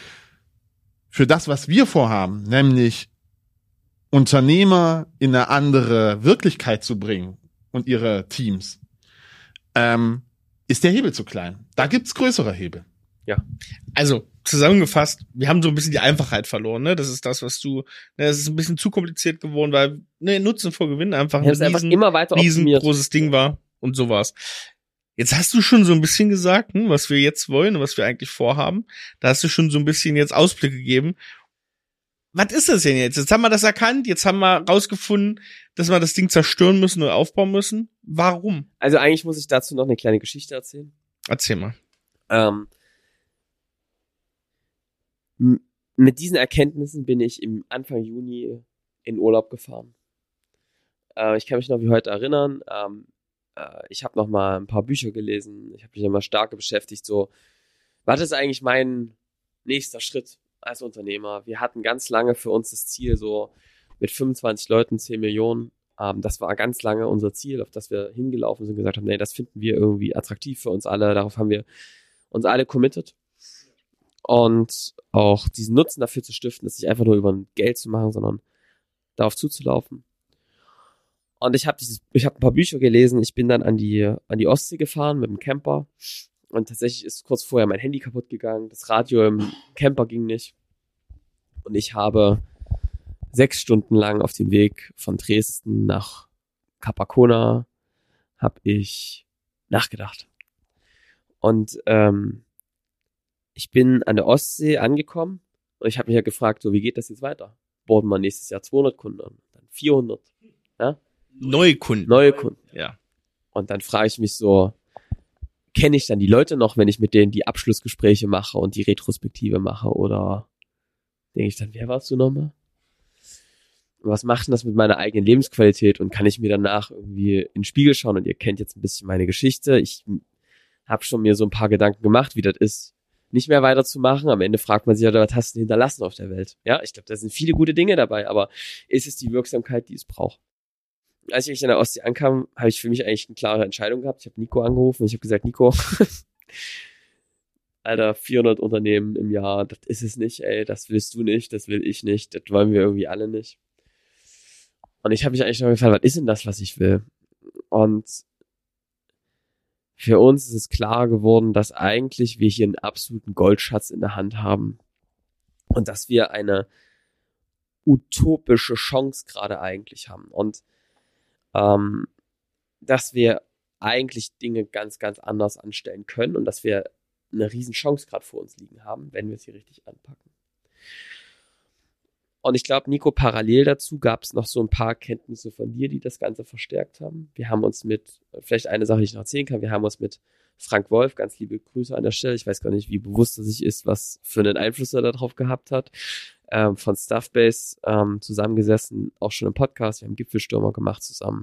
Für das, was wir vorhaben, nämlich Unternehmer in eine andere Wirklichkeit zu bringen und ihre Teams, ähm, ist der Hebel zu klein. Da gibt's größere Hebel. Ja. Also, zusammengefasst, wir haben so ein bisschen die Einfachheit verloren, ne? Das ist das, was du, ne, das ist ein bisschen zu kompliziert geworden, weil, ne, Nutzen vor Gewinn einfach ein riesen, immer weiter riesengroßes Ding war und sowas. Jetzt hast du schon so ein bisschen gesagt, hm, was wir jetzt wollen und was wir eigentlich vorhaben. Da hast du schon so ein bisschen jetzt Ausblick gegeben. Was ist das denn jetzt? Jetzt haben wir das erkannt, jetzt haben wir rausgefunden, dass wir das Ding zerstören müssen oder aufbauen müssen. Warum? Also eigentlich muss ich dazu noch eine kleine Geschichte erzählen. Erzähl mal. Ähm, m- mit diesen Erkenntnissen bin ich im Anfang Juni in Urlaub gefahren. Äh, ich kann mich noch wie heute erinnern, ähm, äh, ich habe noch mal ein paar Bücher gelesen, ich habe mich noch mal stark beschäftigt, so, was ist eigentlich mein nächster Schritt als Unternehmer? Wir hatten ganz lange für uns das Ziel, so mit fünfundzwanzig Leuten, zehn Millionen, ähm, das war ganz lange unser Ziel, auf das wir hingelaufen sind und gesagt haben, nee, das finden wir irgendwie attraktiv für uns alle, darauf haben wir uns alle committed. Und auch diesen Nutzen dafür zu stiften, das nicht einfach nur über ein Geld zu machen, sondern darauf zuzulaufen. Und ich habe dieses, ich habe ein paar Bücher gelesen. Ich bin dann an die an die Ostsee gefahren mit dem Camper und tatsächlich ist kurz vorher mein Handy kaputt gegangen. Das Radio im Camper ging nicht und ich habe sechs Stunden lang auf dem Weg von Dresden nach Capacona habe ich nachgedacht. Und ähm, ich bin an der Ostsee angekommen und ich habe mich ja gefragt, so wie geht das jetzt weiter? Borden wir nächstes Jahr zweihundert Kunden an, dann vierhundert, ja? Neue Kunden. Neue Kunden. Ja. Und dann frage ich mich so, kenne ich dann die Leute noch, wenn ich mit denen die Abschlussgespräche mache und die Retrospektive mache oder denke ich dann, wer warst du nochmal? Was macht denn das mit meiner eigenen Lebensqualität und kann ich mir danach irgendwie in den Spiegel schauen und ihr kennt jetzt ein bisschen meine Geschichte. Ich habe schon mir so ein paar Gedanken gemacht, wie das ist, nicht mehr weiterzumachen. Am Ende fragt man sich ja, was hast du hinterlassen auf der Welt? Ja, ich glaube, da sind viele gute Dinge dabei, aber ist es die Wirksamkeit, die es braucht? Als ich in der Ostsee ankam, habe ich für mich eigentlich eine klare Entscheidung gehabt. Ich habe Nico angerufen und ich habe gesagt, Nico, Alter, vierhundert Unternehmen im Jahr, das ist es nicht, ey, das willst du nicht, das will ich nicht, das wollen wir irgendwie alle nicht. Und ich habe mich eigentlich noch gefragt, was ist denn das, was ich will? Und für uns ist es klar geworden, dass eigentlich wir hier einen absoluten Goldschatz in der Hand haben und dass wir eine utopische Chance gerade eigentlich haben und ähm, dass wir eigentlich Dinge ganz, ganz anders anstellen können und dass wir eine riesen Chance gerade vor uns liegen haben, wenn wir es hier richtig anpacken. Und ich glaube, Nico, parallel dazu gab es noch so ein paar Kenntnisse von dir, die das Ganze verstärkt haben. Wir haben uns mit, vielleicht eine Sache, die ich noch erzählen kann, wir haben uns mit Frank Wolf, ganz liebe Grüße an der Stelle, ich weiß gar nicht, wie bewusst er sich ist, was für einen Einfluss er darauf gehabt hat, ähm, von Stuffbase ähm, zusammengesessen, auch schon im Podcast, wir haben Gipfelstürmer gemacht zusammen.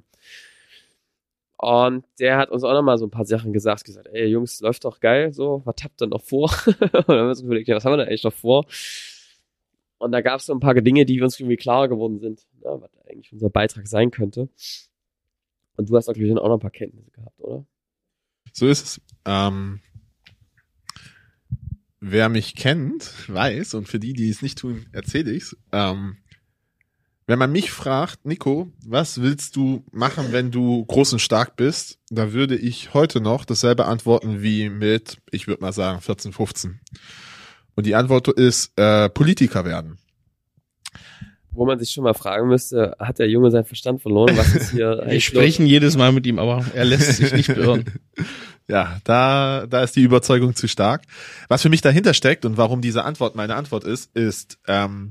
Und der hat uns auch nochmal so ein paar Sachen gesagt, gesagt, ey Jungs, läuft doch geil, so, was habt ihr noch vor? Und dann haben wir uns überlegt, ja, was haben wir denn eigentlich noch vor? Und da gab es so ein paar Dinge, die uns irgendwie klarer geworden sind, ja, was eigentlich unser Beitrag sein könnte. Und du hast auch, glaube ich, auch noch ein paar Kenntnisse gehabt, oder? So ist es. Ähm, wer mich kennt, weiß, und für die, die es nicht tun, erzähle ich's. Ähm, wenn man mich fragt, Nico, was willst du machen, wenn du groß und stark bist, da würde ich heute noch dasselbe antworten wie mit, ich würde mal sagen, vierzehn, fünfzehn. Und die Antwort ist, äh, Politiker werden. Wo man sich schon mal fragen müsste, hat der Junge seinen Verstand verloren? Was ist hier eigentlich? Wir sprechen los? Jedes Mal mit ihm, aber er lässt sich nicht beirren. Ja, da, da ist die Überzeugung zu stark. Was für mich dahinter steckt und warum diese Antwort meine Antwort ist, ist, ähm,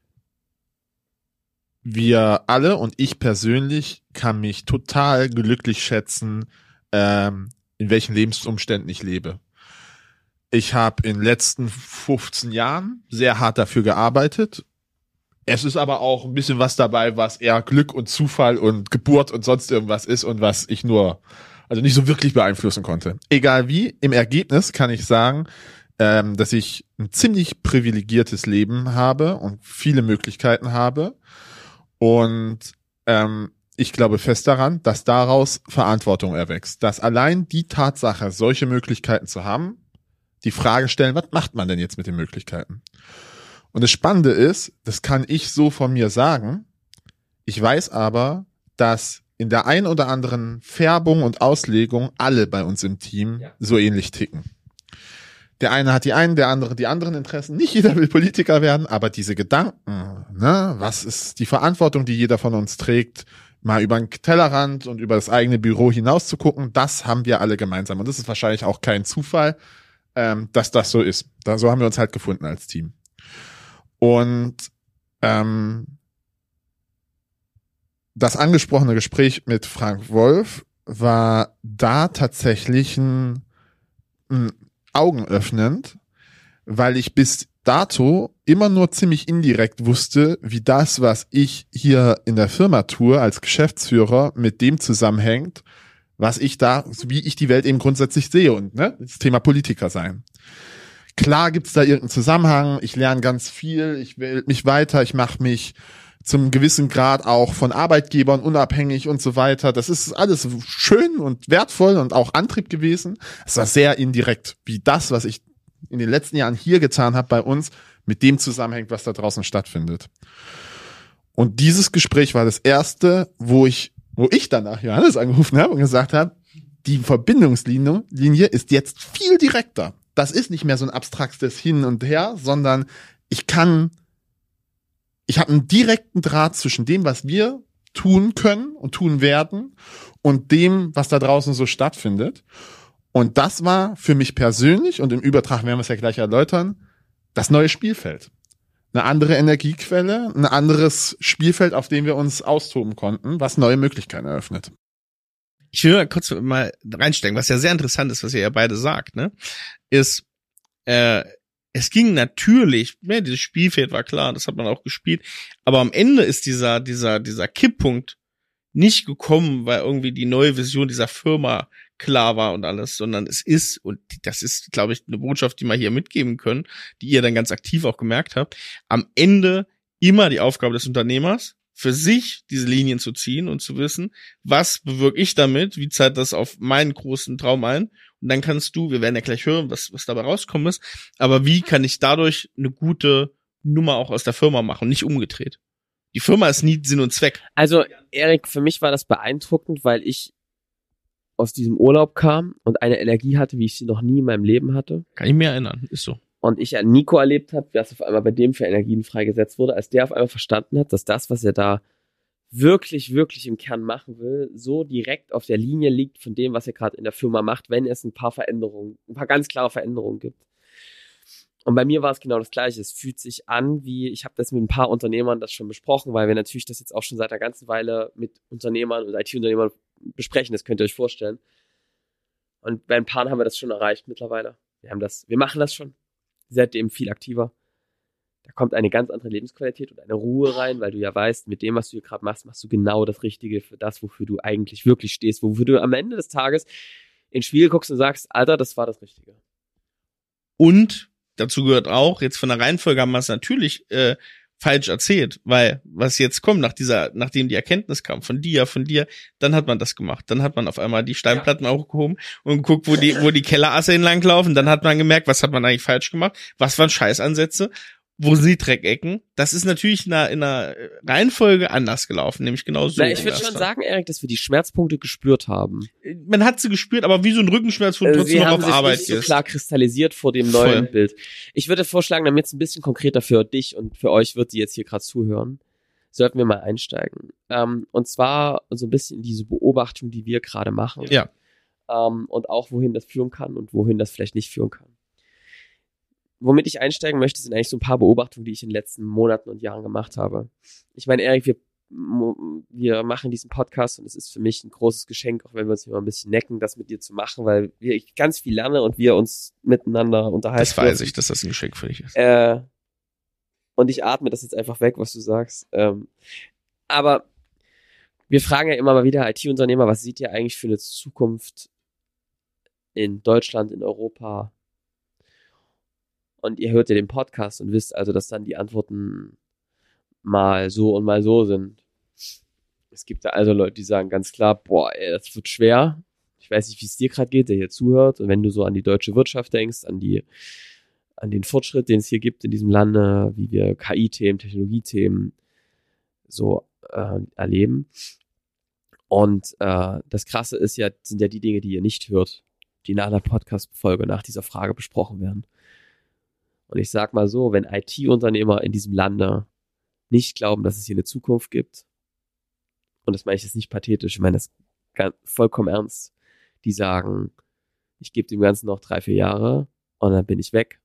wir alle und ich persönlich kann mich total glücklich schätzen, ähm, in welchen Lebensumständen ich lebe. Ich habe in den letzten fünfzehn Jahren sehr hart dafür gearbeitet. Es ist aber auch ein bisschen was dabei, was eher Glück und Zufall und Geburt und sonst irgendwas ist und was ich nur, also nicht so wirklich beeinflussen konnte. Egal wie, im Ergebnis kann ich sagen, ähm, dass ich ein ziemlich privilegiertes Leben habe und viele Möglichkeiten habe. Und ähm, ich glaube fest daran, dass daraus Verantwortung erwächst. Dass allein die Tatsache, solche Möglichkeiten zu haben, die Frage stellen, was macht man denn jetzt mit den Möglichkeiten? Und das Spannende ist, das kann ich so von mir sagen, ich weiß aber, dass in der ein oder anderen Färbung und Auslegung alle bei uns im Team ja. so ähnlich ticken. Der eine hat die einen, der andere die anderen Interessen. Nicht jeder will Politiker werden, aber diese Gedanken, ne, was ist die Verantwortung, die jeder von uns trägt, mal über den Tellerrand und über das eigene Büro hinaus zu gucken, das haben wir alle gemeinsam. Und das ist wahrscheinlich auch kein Zufall, ähm, dass das so ist. Da, so haben wir uns halt gefunden als Team. Und ähm, das angesprochene Gespräch mit Frank Wolf war da tatsächlich ein, ein augenöffnend, weil ich bis dato immer nur ziemlich indirekt wusste, wie das, was ich hier in der Firma tue als Geschäftsführer, mit dem zusammenhängt, was ich da, wie ich die Welt eben grundsätzlich sehe und ne, das Thema Politiker sein. Klar gibt's da irgendeinen Zusammenhang, ich lerne ganz viel, ich will mich weiter, ich mache mich zum gewissen Grad auch von Arbeitgebern unabhängig und so weiter. Das ist alles schön und wertvoll und auch Antrieb gewesen. Es war sehr indirekt, wie das, was ich in den letzten Jahren hier getan habe bei uns, mit dem zusammenhängt, was da draußen stattfindet. Und dieses Gespräch war das erste, wo ich, wo ich danach Johannes angerufen habe und gesagt habe, die Verbindungslinie Linie ist jetzt viel direkter. Das ist nicht mehr so ein abstraktes Hin und Her, sondern ich kann Ich habe einen direkten Draht zwischen dem, was wir tun können und tun werden und dem, was da draußen so stattfindet. Und das war für mich persönlich, und im Übertrag werden wir es ja gleich erläutern, das neue Spielfeld. Eine andere Energiequelle, ein anderes Spielfeld, auf dem wir uns austoben konnten, was neue Möglichkeiten eröffnet. Ich will mal kurz mal reinstecken, was ja sehr interessant ist, was ihr ja beide sagt, ne, ist, äh, es ging natürlich, ne, dieses Spielfeld war klar, das hat man auch gespielt, aber am Ende ist dieser, dieser, dieser Kipppunkt nicht gekommen, weil irgendwie die neue Vision dieser Firma klar war und alles, sondern es ist, und das ist, glaube ich, eine Botschaft, die wir hier mitgeben können, die ihr dann ganz aktiv auch gemerkt habt, am Ende immer die Aufgabe des Unternehmers, für sich diese Linien zu ziehen und zu wissen, was bewirke ich damit, wie zahlt das auf meinen großen Traum ein, und dann kannst du, wir werden ja gleich hören, was, was dabei rauskommen ist, aber wie kann ich dadurch eine gute Nummer auch aus der Firma machen, nicht umgedreht. Die Firma ist nie Sinn und Zweck. Also, Erik, für mich war das beeindruckend, weil ich aus diesem Urlaub kam und eine Energie hatte, wie ich sie noch nie in meinem Leben hatte. Kann ich mir erinnern, ist so. Und ich an Nico erlebt habe, was auf einmal bei dem für Energien freigesetzt wurde, als der auf einmal verstanden hat, dass das, was er da wirklich, wirklich im Kern machen will, so direkt auf der Linie liegt von dem, was er gerade in der Firma macht, wenn es ein paar Veränderungen, ein paar ganz klare Veränderungen gibt. Und bei mir war es genau das Gleiche. Es fühlt sich an wie, ich habe das mit ein paar Unternehmern das schon besprochen, weil wir natürlich das jetzt auch schon seit einer ganzen Weile mit Unternehmern und I T-Unternehmern besprechen, das könnt ihr euch vorstellen. Und bei ein paar haben wir das schon erreicht mittlerweile. Wir haben das, wir machen das schon. Seitdem viel aktiver. Da kommt eine ganz andere Lebensqualität und eine Ruhe rein, weil du ja weißt, mit dem, was du hier gerade machst, machst du genau das Richtige für das, wofür du eigentlich wirklich stehst, wofür du am Ende des Tages ins Spiegel guckst und sagst, Alter, das war das Richtige. Und dazu gehört auch, jetzt von der Reihenfolge haben wir es natürlich äh, falsch erzählt, weil was jetzt kommt, nach dieser, nachdem die Erkenntnis kam, von dir, von dir, dann hat man das gemacht. Dann hat man auf einmal die Steinplatten ja. auch gehoben und geguckt, wo die, wo die Kellerasse entlanglaufen. Dann hat man gemerkt, was hat man eigentlich falsch gemacht, was waren Scheißansätze, wo sind die Dreckecken. Das ist natürlich in einer, in einer Reihenfolge anders gelaufen, nämlich genau so. Na, ich würde schon sagen, Erik, dass wir die Schmerzpunkte gespürt haben. Man hat sie gespürt, aber wie so ein Rückenschmerz, wo du trotzdem noch auf Arbeit gehst. Sie haben sich so klar kristallisiert vor dem Voll. neuen Bild. Ich würde vorschlagen, damit es ein bisschen konkreter für dich und für euch wird, die jetzt hier gerade zuhören, sollten wir mal einsteigen. Ähm, und zwar so ein bisschen in diese Beobachtung, die wir gerade machen. Ja. Ähm, und auch, wohin das führen kann und wohin das vielleicht nicht führen kann. Womit ich einsteigen möchte, sind eigentlich so ein paar Beobachtungen, die ich in den letzten Monaten und Jahren gemacht habe. Ich meine, Erik, wir, wir machen diesen Podcast und es ist für mich ein großes Geschenk, auch wenn wir uns immer ein bisschen necken, das mit dir zu machen, weil wir ich ganz viel lerne und wir uns miteinander unterhalten. Das weiß ich, dass das ein Geschenk für dich ist. Äh, und ich atme das jetzt einfach weg, was du sagst. Ähm, aber wir fragen ja immer mal wieder I T-Unternehmer, was seht ihr eigentlich für eine Zukunft in Deutschland, in Europa? Und ihr hört ja den Podcast und wisst also, dass dann die Antworten mal so und mal so sind. Es gibt da also Leute, die sagen ganz klar, boah, ey, das wird schwer. Ich weiß nicht, wie es dir gerade geht, der hier zuhört. Und wenn du so an die deutsche Wirtschaft denkst, an die, an den Fortschritt, den es hier gibt in diesem Lande, wie wir K I-Themen, Technologiethemen so äh, erleben. Und äh, das Krasse ist ja, sind ja die Dinge, die ihr nicht hört, die nach einer Podcast-Folge nach dieser Frage besprochen werden. Und ich sag mal so, wenn I T-Unternehmer in diesem Lande nicht glauben, dass es hier eine Zukunft gibt, und das meine ich jetzt nicht pathetisch, ich meine das ganz, vollkommen ernst, die sagen, ich gebe dem Ganzen noch drei, vier Jahre und dann bin ich weg.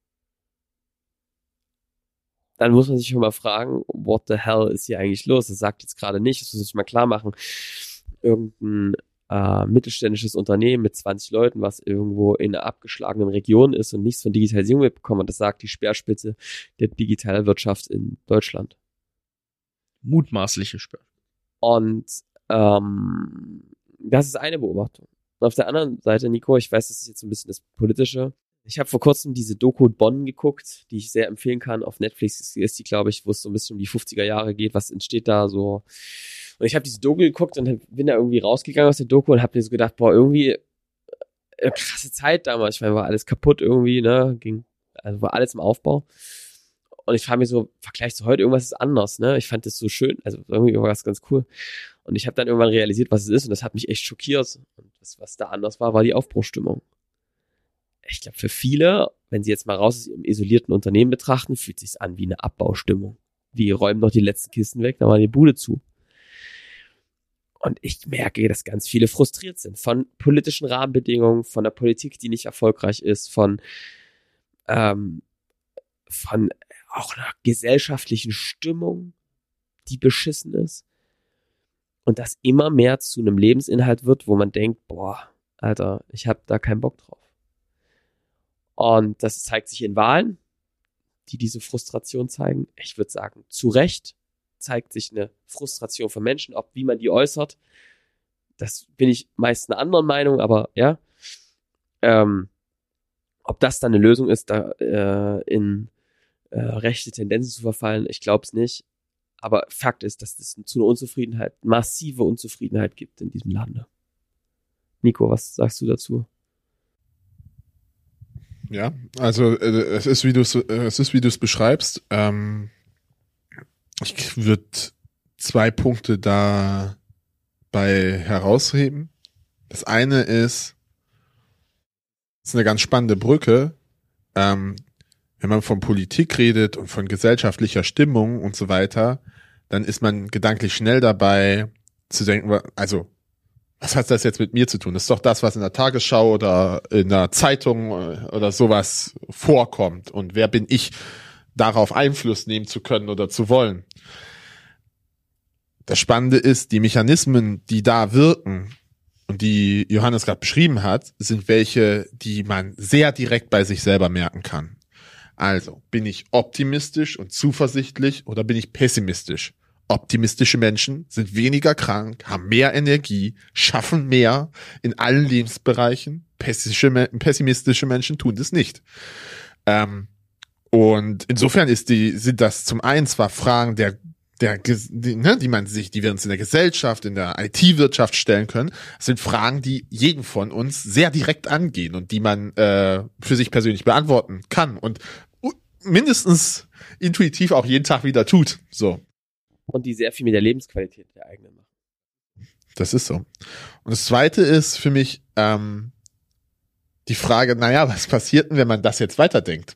Dann muss man sich schon mal fragen, what the hell ist hier eigentlich los? Das sagt jetzt gerade nicht, das muss ich mal klar machen. Irgendein äh, mittelständisches Unternehmen mit zwanzig Leuten, was irgendwo in einer abgeschlagenen Region ist und nichts von Digitalisierung mitbekommen hat, das sagt die Speerspitze der Digitalwirtschaft in Deutschland. Mutmaßliche Speer. Und ähm, das ist eine Beobachtung. Und auf der anderen Seite, Nico, ich weiß, das ist jetzt ein bisschen das Politische. Ich habe vor kurzem diese Doku Bonn geguckt, die ich sehr empfehlen kann. Auf Netflix ist die, glaube ich, wo es so ein bisschen um die fünfziger Jahre geht. Was entsteht da so? Und ich habe diese Doku geguckt und bin da irgendwie rausgegangen aus der Doku und habe mir so gedacht, boah, irgendwie eine krasse Zeit damals. Ich meine, war alles kaputt irgendwie, ne? Ging, also war alles im Aufbau. Und ich frage mich so, im Vergleich zu heute, irgendwas ist anders, ne? Ich fand das so schön, also irgendwie war das ganz cool. Und ich habe dann irgendwann realisiert, was es ist und das hat mich echt schockiert. Und das, was da anders war, war die Aufbruchstimmung. Ich glaube, für viele, wenn sie jetzt mal raus aus ihrem isolierten Unternehmen betrachten, fühlt sich's an wie eine Abbaustimmung. Die räumen noch die letzten Kisten weg, dann war die Bude zu. Und ich merke, dass ganz viele frustriert sind von politischen Rahmenbedingungen, von der Politik, die nicht erfolgreich ist, von ähm, von auch einer gesellschaftlichen Stimmung, die beschissen ist. Und das immer mehr zu einem Lebensinhalt wird, wo man denkt, boah, Alter, ich habe da keinen Bock drauf. Und das zeigt sich in Wahlen, die diese Frustration zeigen. Ich würde sagen, zu Recht zeigt sich eine Frustration von Menschen, ob wie man die äußert. Das bin ich meist einer anderen Meinung, aber ja. Ähm, ob das dann eine Lösung ist, da äh, in äh, rechte Tendenzen zu verfallen, ich glaube es nicht. Aber Fakt ist, dass es zu einer Unzufriedenheit, massive Unzufriedenheit gibt in diesem Lande. Nico, was sagst du dazu? Ja, also äh, es ist wie du es äh, es ist wie du es beschreibst. Ähm, ich würde zwei Punkte dabei herausheben. Das eine ist, das ist eine ganz spannende Brücke. Ähm, wenn man von Politik redet und von gesellschaftlicher Stimmung und so weiter, dann ist man gedanklich schnell dabei zu denken, also was hat das jetzt mit mir zu tun? Das ist doch das, was in der Tagesschau oder in der Zeitung oder sowas vorkommt. Und wer bin ich, darauf Einfluss nehmen zu können oder zu wollen? Das Spannende ist, die Mechanismen, die da wirken und die Johannes gerade beschrieben hat, sind welche, die man sehr direkt bei sich selber merken kann. Also, bin ich optimistisch und zuversichtlich oder bin ich pessimistisch? Optimistische Menschen sind weniger krank, haben mehr Energie, schaffen mehr in allen Lebensbereichen. Pessimistische Menschen tun das nicht. Ähm, und insofern ist die, sind das zum einen zwar Fragen der, der, die, ne, die man sich, die wir uns in der Gesellschaft, in der I T-Wirtschaft stellen können, das sind Fragen, die jeden von uns sehr direkt angehen und die man äh, für sich persönlich beantworten kann und mindestens intuitiv auch jeden Tag wieder tut. So. Und die sehr viel mit der Lebensqualität der eigenen machen. Das ist so. Und das Zweite ist für mich ähm, die Frage, naja, was passiert denn, wenn man das jetzt weiterdenkt?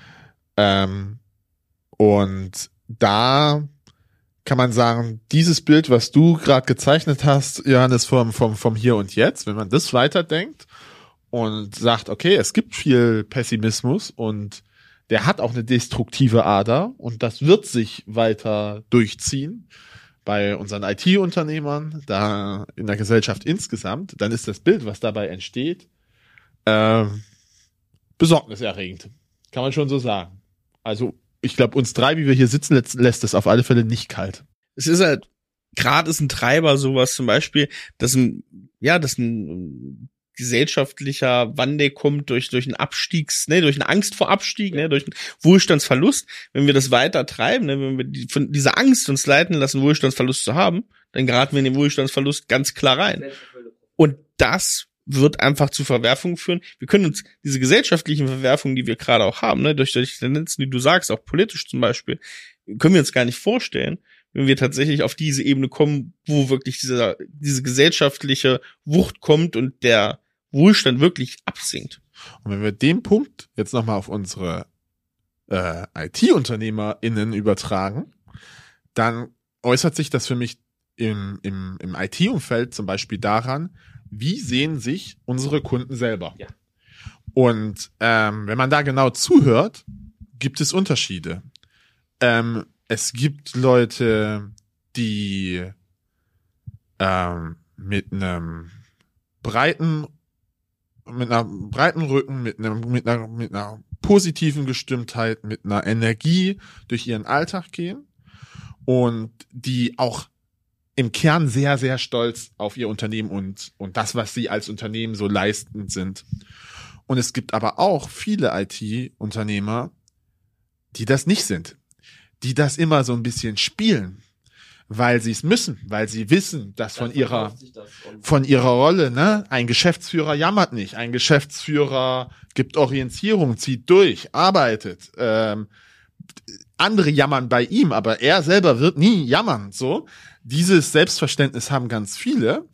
Ähm, und da kann man sagen, dieses Bild, was du gerade gezeichnet hast, Johannes, vom, vom, vom Hier und Jetzt, wenn man das weiterdenkt und sagt, okay, es gibt viel Pessimismus und der hat auch eine destruktive Ader und das wird sich weiter durchziehen bei unseren I T-Unternehmern, da in der Gesellschaft insgesamt, dann ist das Bild, was dabei entsteht, äh, besorgniserregend. Kann man schon so sagen. Also ich glaube, uns drei, wie wir hier sitzen, lässt, lässt es auf alle Fälle nicht kalt. Es ist halt, gerade ist ein Treiber sowas zum Beispiel, dass ein, ja, dass ein gesellschaftlicher Wandel kommt durch durch einen Abstiegs, ne, durch eine Angst vor Abstieg, ne, durch einen Wohlstandsverlust. Wenn wir das weiter treiben, ne, wenn wir die, von dieser Angst uns leiten lassen, Wohlstandsverlust zu haben, dann geraten wir in den Wohlstandsverlust ganz klar rein. Und das wird einfach zu Verwerfungen führen. Wir können uns diese gesellschaftlichen Verwerfungen, die wir gerade auch haben, ne, durch durch Tendenzen, die du sagst, auch politisch zum Beispiel, können wir uns gar nicht vorstellen, wenn wir tatsächlich auf diese Ebene kommen, wo wirklich dieser, diese gesellschaftliche Wucht kommt und der Wohlstand wirklich absinkt. Und wenn wir den Punkt jetzt nochmal auf unsere äh, I T-UnternehmerInnen übertragen, dann äußert sich das für mich im, im, im I T-Umfeld zum Beispiel daran, wie sehen sich unsere Kunden selber. Ja. Und ähm, wenn man da genau zuhört, gibt es Unterschiede. Ähm, es gibt Leute, die ähm, mit einem breiten, mit einer breiten Rücken, mit einem, mit einer, mit einer positiven Gestimmtheit, mit einer Energie durch ihren Alltag gehen und die auch im Kern sehr, sehr stolz auf ihr Unternehmen und, und das, was sie als Unternehmen so leistend sind. Und es gibt aber auch viele I T-Unternehmer, die das nicht sind, die das immer so ein bisschen spielen, weil sie es müssen, weil sie wissen, dass von ihrer, von ihrer Rolle, ne, ein Geschäftsführer jammert nicht, ein Geschäftsführer gibt Orientierung, zieht durch, arbeitet, ähm, andere jammern bei ihm, aber er selber wird nie jammern, so. Dieses Selbstverständnis haben ganz viele,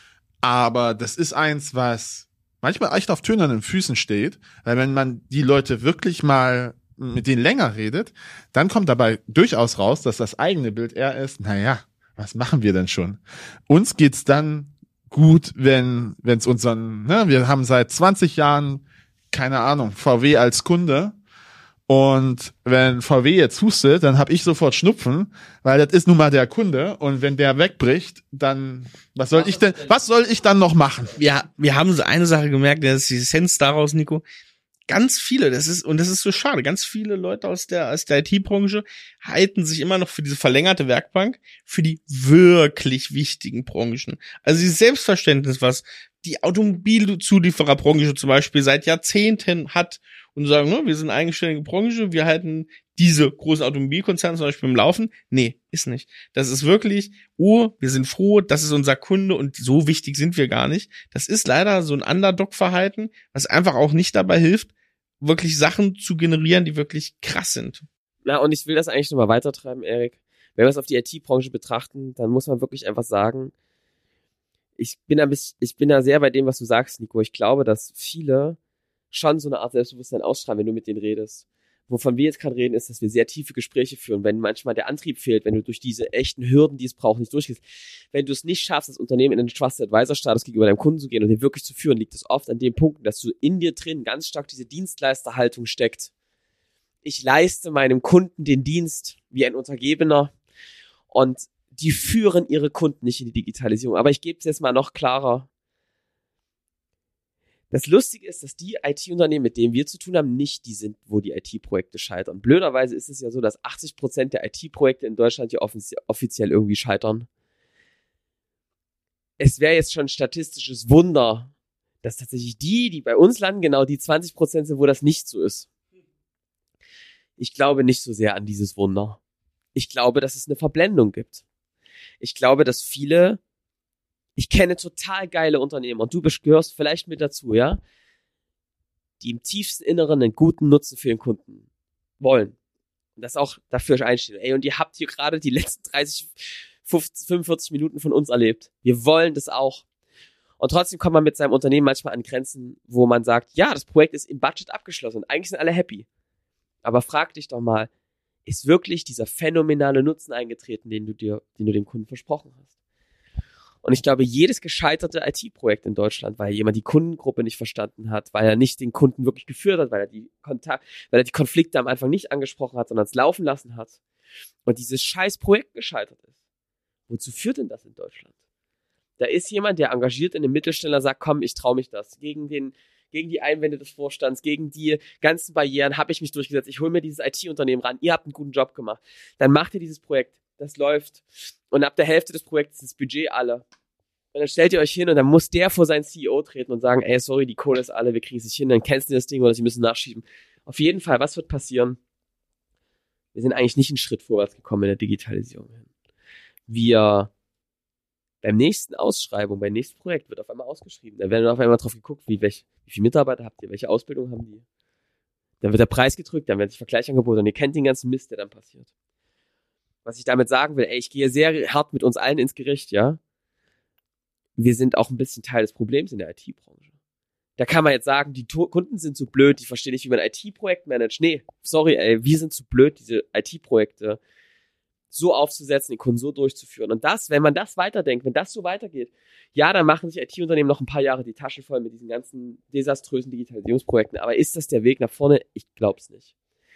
aber das ist eins, was manchmal echt auf tönernen Füßen steht, weil wenn man die Leute wirklich mal mit denen länger redet, dann kommt dabei durchaus raus, dass das eigene Bild eher ist, naja, was machen wir denn schon? Uns geht's dann gut, wenn wenn es unseren, ne, wir haben seit zwanzig Jahren, keine Ahnung, V W als Kunde. Und wenn V W jetzt hustet, dann habe ich sofort Schnupfen, weil das ist nun mal der Kunde. Und wenn der wegbricht, dann, was soll ich denn, was soll ich dann noch machen? Ja, wir haben so eine Sache gemerkt, das ist die Essenz daraus, Nico. Ganz viele, das ist, und das ist so schade, ganz viele Leute aus der, aus der I T-Branche halten sich immer noch für diese verlängerte Werkbank, für die wirklich wichtigen Branchen. Also dieses Selbstverständnis, was die Automobilzuliefererbranche zum Beispiel seit Jahrzehnten hat, und sagen, ne, wir sind eine eigenständige Branche, wir halten diese großen Automobilkonzerne zum Beispiel im Laufen. Nee, ist nicht. Das ist wirklich, oh, wir sind froh, das ist unser Kunde und so wichtig sind wir gar nicht. Das ist leider so ein Underdog-Verhalten, was einfach auch nicht dabei hilft, wirklich Sachen zu generieren, die wirklich krass sind. Na, und ich will das eigentlich nochmal weitertreiben, Erik. Wenn wir es auf die I T-Branche betrachten, dann muss man wirklich einfach sagen, ich bin da, ich bin da sehr bei dem, was du sagst, Nico. Ich glaube, dass viele schon so eine Art Selbstbewusstsein ausstrahlen, wenn du mit denen redest. Wovon wir jetzt gerade reden, ist, dass wir sehr tiefe Gespräche führen, wenn manchmal der Antrieb fehlt, wenn du durch diese echten Hürden, die es braucht, nicht durchgehst. Wenn du es nicht schaffst, das Unternehmen in den Trusted Advisor Status gegenüber deinem Kunden zu gehen und den wirklich zu führen, liegt es oft an dem Punkt, dass du in dir drin ganz stark diese Dienstleisterhaltung steckt. Ich leiste meinem Kunden den Dienst wie ein Untergebener und die führen ihre Kunden nicht in die Digitalisierung. Aber ich gebe es jetzt mal noch klarer. Das Lustige ist, dass die I T-Unternehmen, mit denen wir zu tun haben, nicht die sind, wo die I T-Projekte scheitern. Blöderweise ist es ja so, dass achtzig Prozent der I T-Projekte in Deutschland ja offiziell irgendwie scheitern. Es wäre jetzt schon ein statistisches Wunder, dass tatsächlich die, die bei uns landen, genau die zwanzig Prozent sind, wo das nicht so ist. Ich glaube nicht so sehr an dieses Wunder. Ich glaube, dass es eine Verblendung gibt. Ich glaube, dass viele Ich kenne total geile Unternehmer und du gehörst vielleicht mit dazu, ja, die im tiefsten Inneren einen guten Nutzen für den Kunden wollen und das auch dafür einstehen. Ey, und ihr habt hier gerade die letzten dreißig, fünfzig, fünfundvierzig Minuten von uns erlebt. Wir wollen das auch. Und trotzdem kommt man mit seinem Unternehmen manchmal an Grenzen, wo man sagt, ja, das Projekt ist im Budget abgeschlossen und eigentlich sind alle happy. Aber frag dich doch mal, ist wirklich dieser phänomenale Nutzen eingetreten, den du dir, den du dem Kunden versprochen hast? Und ich glaube, jedes gescheiterte I T-Projekt in Deutschland, weil jemand die Kundengruppe nicht verstanden hat, weil er nicht den Kunden wirklich geführt hat, weil er die Kontakt, weil er die Konflikte am Anfang nicht angesprochen hat, sondern es laufen lassen hat und dieses scheiß Projekt gescheitert ist. Wozu führt denn das in Deutschland? Da ist jemand, der engagiert in einem Mittelständler sagt, komm, ich traue mich das. Gegen den, gegen die Einwände des Vorstands, gegen die ganzen Barrieren habe ich mich durchgesetzt. Ich hole mir dieses I T-Unternehmen ran. Ihr habt einen guten Job gemacht. Dann macht ihr dieses Projekt. Das läuft. Und ab der Hälfte des Projekts ist das Budget alle. Und dann stellt ihr euch hin und dann muss der vor seinen C E O treten und sagen, ey, sorry, die Kohle ist alle, wir kriegen es nicht hin, dann canceln das Ding oder sie müssen nachschieben. Auf jeden Fall, was wird passieren? Wir sind eigentlich nicht einen Schritt vorwärts gekommen in der Digitalisierung. Wir, beim nächsten Ausschreibung, beim nächsten Projekt wird auf einmal ausgeschrieben. Da werden auf einmal drauf geguckt, wie, welch, wie viele Mitarbeiter habt ihr, welche Ausbildung haben die. Dann wird der Preis gedrückt, dann werden sich Vergleichsangebote und ihr kennt den ganzen Mist, der dann passiert. Was ich damit sagen will, ey, ich gehe sehr hart mit uns allen ins Gericht, ja. Wir sind auch ein bisschen Teil des Problems in der I T-Branche. Da kann man jetzt sagen, die to- Kunden sind zu blöd, die verstehen nicht, wie man ein I T-Projekt managt. Nee, sorry, ey, wir sind zu blöd, diese I T-Projekte so aufzusetzen, den Kunden so durchzuführen. Und das, wenn man das weiterdenkt, wenn das so weitergeht, ja, dann machen sich I T-Unternehmen noch ein paar Jahre die Taschen voll mit diesen ganzen desaströsen Digitalisierungsprojekten. Aber ist das der Weg nach vorne? Ich glaub's nicht.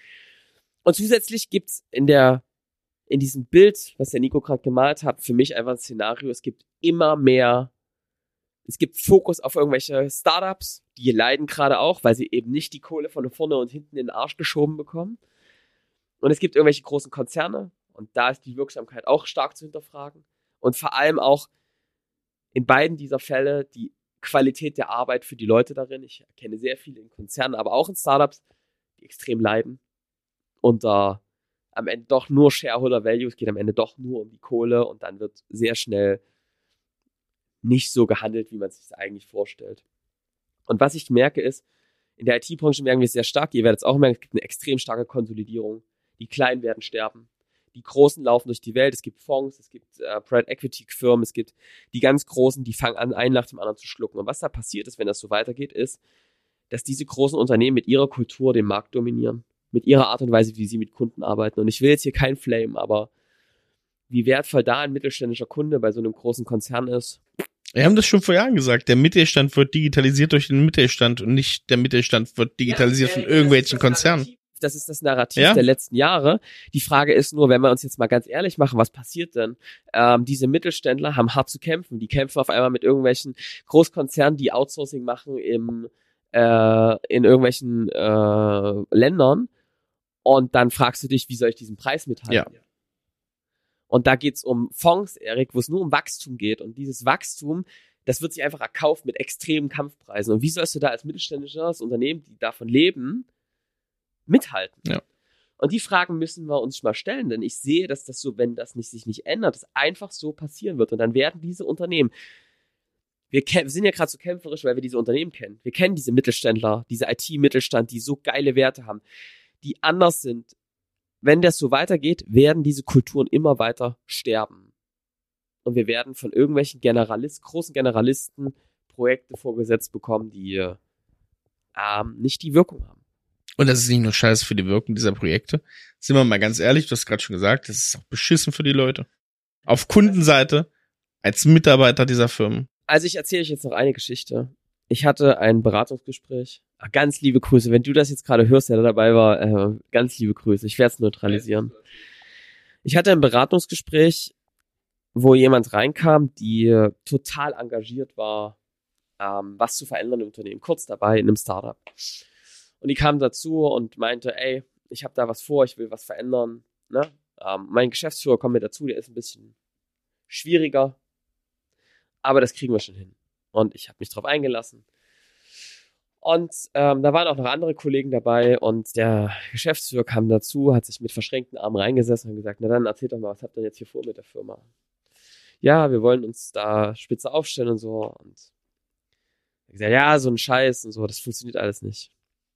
Und zusätzlich gibt's in der, in diesem Bild, was der Nico gerade gemalt hat, für mich einfach ein Szenario, es gibt immer mehr, es gibt Fokus auf irgendwelche Startups, die leiden gerade auch, weil sie eben nicht die Kohle von vorne und hinten in den Arsch geschoben bekommen. Und es gibt irgendwelche großen Konzerne, und da ist die Wirksamkeit auch stark zu hinterfragen. Und vor allem auch in beiden dieser Fälle die Qualität der Arbeit für die Leute darin. Ich kenne sehr viele in Konzernen, aber auch in Startups, die extrem leiden. Und da äh, am Ende doch nur Shareholder Value, es geht am Ende doch nur um die Kohle und dann wird sehr schnell nicht so gehandelt, wie man es sich eigentlich vorstellt. Und was ich merke ist, in der I T-Branche merken wir es sehr stark, ihr werdet es auch merken, es gibt eine extrem starke Konsolidierung. Die Kleinen werden sterben. Die Großen laufen durch die Welt, es gibt Fonds, es gibt äh, Private Equity Firmen, es gibt die ganz Großen, die fangen an, einen nach dem anderen zu schlucken. Und was da passiert ist, wenn das so weitergeht, ist, dass diese großen Unternehmen mit ihrer Kultur den Markt dominieren, mit ihrer Art und Weise, wie sie mit Kunden arbeiten. Und ich will jetzt hier kein Flame, aber wie wertvoll da ein mittelständischer Kunde bei so einem großen Konzern ist. Wir haben das schon vor Jahren gesagt, der Mittelstand wird digitalisiert durch den Mittelstand und nicht der Mittelstand wird digitalisiert ja, von irgendwelchen Konzernen. Das ist das Narrativ ja? der letzten Jahre. Die Frage ist nur, wenn wir uns jetzt mal ganz ehrlich machen, was passiert denn? Ähm, diese Mittelständler haben hart zu kämpfen. Die kämpfen auf einmal mit irgendwelchen Großkonzernen, die Outsourcing machen im, äh, in irgendwelchen äh, Ländern. Und dann fragst du dich, wie soll ich diesen Preis mithalten? Ja. Und da geht's um Fonds, Erik, wo es nur um Wachstum geht. Und dieses Wachstum, das wird sich einfach erkauft mit extremen Kampfpreisen. Und wie sollst du da als mittelständisches Unternehmen, die davon leben, mithalten? Ja. Und die Fragen müssen wir uns mal stellen, denn ich sehe, dass das so, wenn das nicht, sich nicht ändert, das einfach so passieren wird. Und dann werden diese Unternehmen, wir, wir sind ja gerade so kämpferisch, weil wir diese Unternehmen kennen. Wir kennen diese Mittelständler, diese I T-Mittelstand, die so geile Werte haben, die anders sind. Wenn das so weitergeht, werden diese Kulturen immer weiter sterben. Und wir werden von irgendwelchen Generalisten, großen Generalisten Projekte vorgesetzt bekommen, die ähm, nicht die Wirkung haben. Und das ist nicht nur scheiße für die Wirkung dieser Projekte. Sind wir mal ganz ehrlich, du hast gerade schon gesagt, das ist auch beschissen für die Leute. Auf Kundenseite, als Mitarbeiter dieser Firmen. Also ich erzähle euch jetzt noch eine Geschichte. Ich hatte ein Beratungsgespräch. Ach, ganz liebe Grüße. Wenn du das jetzt gerade hörst, der da dabei war, äh, ganz liebe Grüße. Ich werde es neutralisieren. Ich hatte ein Beratungsgespräch, wo jemand reinkam, die äh, total engagiert war, ähm, was zu verändern im Unternehmen. Kurz dabei in einem Startup. Und die kam dazu und meinte, ey, ich habe da was vor, ich will was verändern. Ne? Ähm, mein Geschäftsführer kommt mir dazu, der ist ein bisschen schwieriger, aber das kriegen wir schon hin. Und ich habe mich drauf eingelassen. Und ähm, da waren auch noch andere Kollegen dabei und der Geschäftsführer kam dazu, hat sich mit verschränkten Armen reingesessen und gesagt, na dann erzählt doch mal, was habt ihr denn jetzt hier vor mit der Firma? Ja, wir wollen uns da spitze aufstellen und so. Und er hat gesagt, ja, so ein Scheiß und so, das funktioniert alles nicht.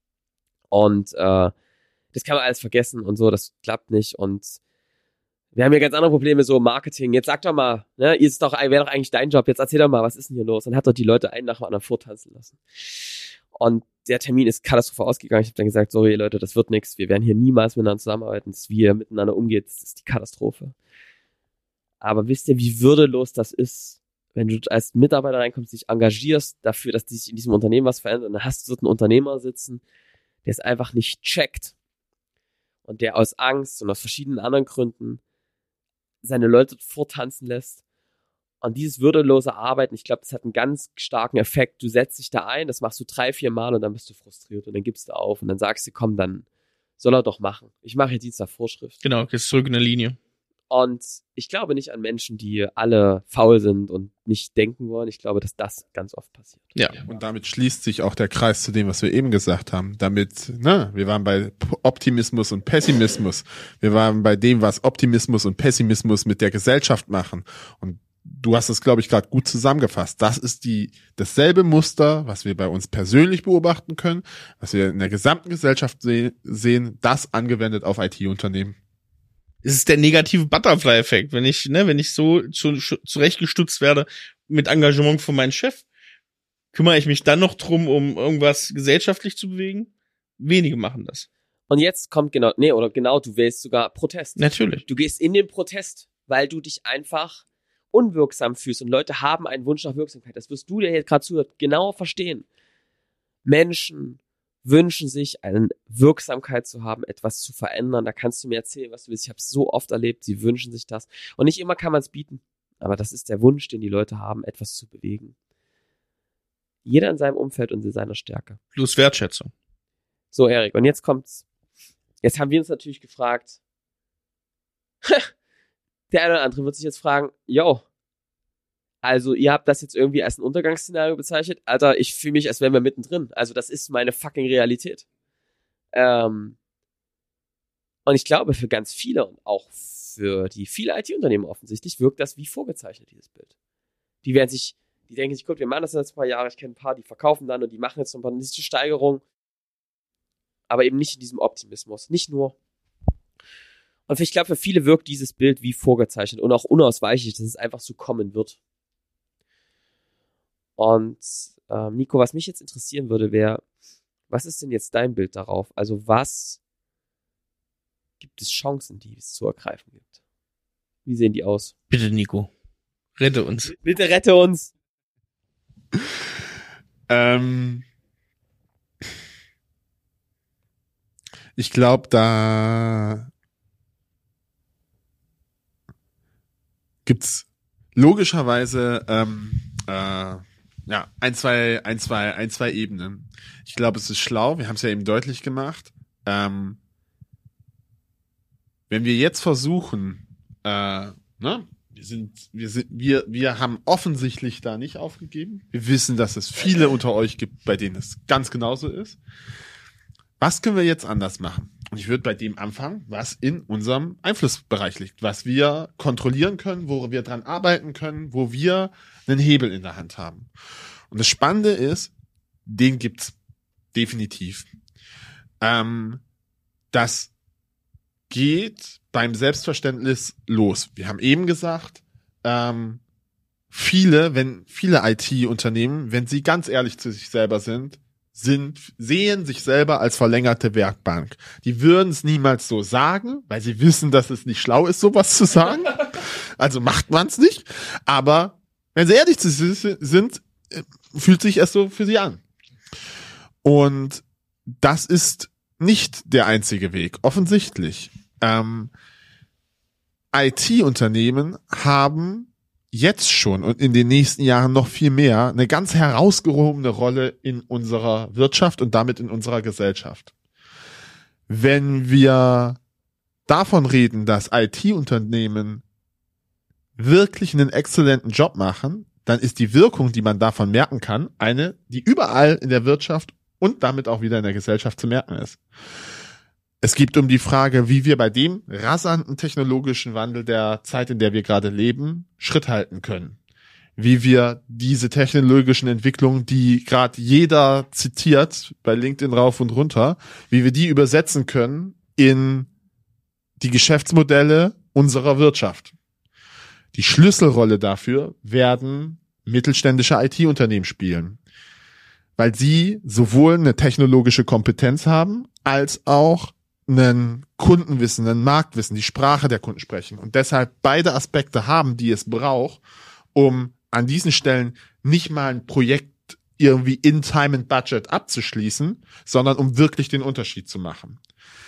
Und äh, das kann man alles vergessen und so, das klappt nicht. Und wir haben hier ganz andere Probleme, so Marketing. Jetzt sag doch mal, ne, ist doch, wäre doch eigentlich dein Job. Jetzt erzähl doch mal, was ist denn hier los? Dann hat doch die Leute einen nach dem anderen vortanzen lassen. Und der Termin ist katastrophal ausgegangen. Ich habe dann gesagt, sorry Leute, das wird nichts. Wir werden hier niemals miteinander zusammenarbeiten. Das, wie ihr miteinander umgeht, das ist die Katastrophe. Aber wisst ihr, wie würdelos das ist, wenn du als Mitarbeiter reinkommst, dich engagierst dafür, dass sich in diesem Unternehmen was verändert und dann hast du dort einen Unternehmer sitzen, der es einfach nicht checkt und der aus Angst und aus verschiedenen anderen Gründen seine Leute vortanzen lässt. Und dieses würdelose Arbeiten, ich glaube, das hat einen ganz starken Effekt. Du setzt dich da ein, das machst du drei, vier Mal und dann bist du frustriert und dann gibst du auf und dann sagst du, komm, dann soll er doch machen. Ich mache jetzt Dienst nach Vorschrift. Genau, gehst zurück in der Linie. Und ich glaube nicht an Menschen, die alle faul sind und nicht denken wollen. Ich glaube, dass das ganz oft passiert. Ja, und damit schließt sich auch der Kreis zu dem, was wir eben gesagt haben. Damit, ne, wir waren bei Optimismus und Pessimismus. Wir waren bei dem, was Optimismus und Pessimismus mit der Gesellschaft machen. Und du hast es, glaube ich, gerade gut zusammengefasst. Das ist die dasselbe Muster, was wir bei uns persönlich beobachten können, was wir in der gesamten Gesellschaft se- sehen, das angewendet auf I T-Unternehmen. Es ist der negative Butterfly-Effekt, wenn ich, ne, wenn ich so zu, zurechtgestutzt werde mit Engagement von meinem Chef, kümmere ich mich dann noch drum, um irgendwas gesellschaftlich zu bewegen? Wenige machen das. Und jetzt kommt genau, nee, oder genau, du wählst sogar Protest. Natürlich. Du gehst in den Protest, weil du dich einfach unwirksam fühlst und Leute haben einen Wunsch nach Wirksamkeit. Das wirst du, der jetzt gerade zuhört, genau verstehen. Menschen wünschen sich, eine Wirksamkeit zu haben, etwas zu verändern. Da kannst du mir erzählen, was du willst. Ich habe es so oft erlebt, sie wünschen sich das. Und nicht immer kann man es bieten. Aber das ist der Wunsch, den die Leute haben, etwas zu bewegen. Jeder in seinem Umfeld und in seiner Stärke. Plus Wertschätzung. So, Erik, und jetzt kommt's. Jetzt haben wir uns natürlich gefragt, der eine oder andere wird sich jetzt fragen, yo, also ihr habt das jetzt irgendwie als ein Untergangsszenario bezeichnet. Alter, ich fühle mich, als wären wir mittendrin. Also das ist meine fucking Realität. Ähm, und ich glaube, für ganz viele und auch für die viele I T-Unternehmen offensichtlich wirkt das wie vorgezeichnet, dieses Bild. Die werden sich, die denken sich, guck, wir machen das jetzt ein paar Jahre, ich kenne ein paar, die verkaufen dann und die machen jetzt so ein paar nächste Steigerungen. Aber eben nicht in diesem Optimismus. Nicht nur. Und ich glaube, für viele wirkt dieses Bild wie vorgezeichnet und auch unausweichlich, dass es einfach so kommen wird. Und ähm, Nico, was mich jetzt interessieren würde, wäre, was ist denn jetzt dein Bild darauf? Also was gibt es Chancen, die es zu ergreifen gibt? Wie sehen die aus? Bitte, Nico, rette uns. Bitte rette uns. Ähm, ich glaube, da gibt's logischerweise ähm, äh, ja ein, zwei, ein, zwei, ein, zwei Ebenen. Ich glaube, es ist schlau. Wir haben es ja eben deutlich gemacht. Ähm, wenn wir jetzt versuchen, äh, ne, wir sind, wir sind, wir, wir haben offensichtlich da nicht aufgegeben. Wir wissen, dass es viele unter euch gibt, bei denen es ganz genauso ist. Was können wir jetzt anders machen? Und ich würde bei dem anfangen, was in unserem Einflussbereich liegt, was wir kontrollieren können, wo wir dran arbeiten können, wo wir einen Hebel in der Hand haben. Und das Spannende ist, den gibt's definitiv. Ähm, das geht beim Selbstverständnis los. Wir haben eben gesagt, ähm, viele, wenn viele I T-Unternehmen, wenn sie ganz ehrlich zu sich selber sind, sind, sehen sich selber als verlängerte Werkbank. Die würden es niemals so sagen, weil sie wissen, dass es nicht schlau ist, sowas zu sagen. Also macht man es nicht. Aber wenn sie ehrlich zu sich sind, fühlt sich es so für sie an. Und das ist nicht der einzige Weg, offensichtlich. Ähm, I T-Unternehmen haben jetzt schon und in den nächsten Jahren noch viel mehr eine ganz herausgehobene Rolle in unserer Wirtschaft und damit in unserer Gesellschaft. Wenn wir davon reden, dass I T-Unternehmen wirklich einen exzellenten Job machen, dann ist die Wirkung, die man davon merken kann, eine, die überall in der Wirtschaft und damit auch wieder in der Gesellschaft zu merken ist. Es geht um die Frage, wie wir bei dem rasanten technologischen Wandel der Zeit, in der wir gerade leben, Schritt halten können. Wie wir diese technologischen Entwicklungen, die gerade jeder zitiert, bei LinkedIn rauf und runter, wie wir die übersetzen können in die Geschäftsmodelle unserer Wirtschaft. Die Schlüsselrolle dafür werden mittelständische I T-Unternehmen spielen, weil sie sowohl eine technologische Kompetenz haben, als auch einen Kundenwissen, einen Marktwissen, die Sprache der Kunden sprechen und deshalb beide Aspekte haben, die es braucht, um an diesen Stellen nicht mal ein Projekt irgendwie in Time and Budget abzuschließen, sondern um wirklich den Unterschied zu machen.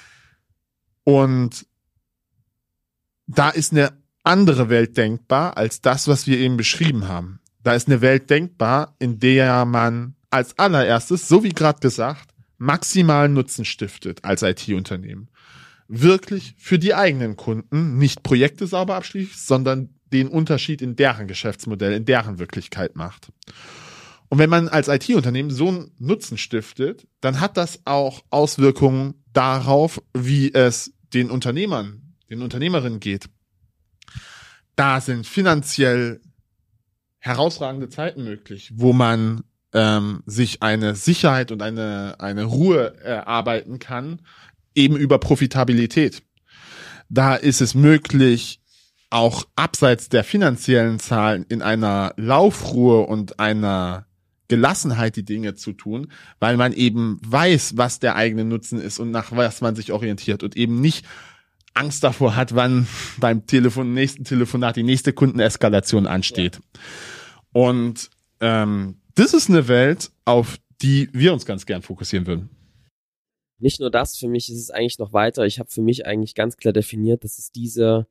Und da ist eine andere Welt denkbar als das, was wir eben beschrieben haben. Da ist eine Welt denkbar, in der man als allererstes, so wie gerade gesagt, maximalen Nutzen stiftet als I T-Unternehmen. Wirklich für die eigenen Kunden nicht Projekte sauber abschließt, sondern den Unterschied in deren Geschäftsmodell, in deren Wirklichkeit macht. Und wenn man als I T-Unternehmen so einen Nutzen stiftet, dann hat das auch Auswirkungen darauf, wie es den Unternehmern, den Unternehmerinnen geht. Da sind finanziell herausragende Zeiten möglich, wo man ähm, sich eine Sicherheit und eine eine Ruhe erarbeiten kann, eben über Profitabilität. Da ist es möglich, auch abseits der finanziellen Zahlen in einer Laufruhe und einer Gelassenheit die Dinge zu tun, weil man eben weiß, was der eigene Nutzen ist und nach was man sich orientiert und eben nicht Angst davor hat, wann beim Telefon, nächsten Telefonat die nächste Kundeneskalation ansteht. Ja. Und ähm, das ist eine Welt, auf die wir uns ganz gern fokussieren würden. Nicht nur das, für mich ist es eigentlich noch weiter. Ich habe für mich eigentlich ganz klar definiert, dass es diese,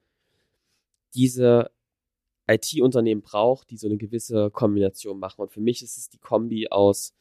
diese I T-Unternehmen braucht, die so eine gewisse Kombination machen. Und für mich ist es die Kombi aus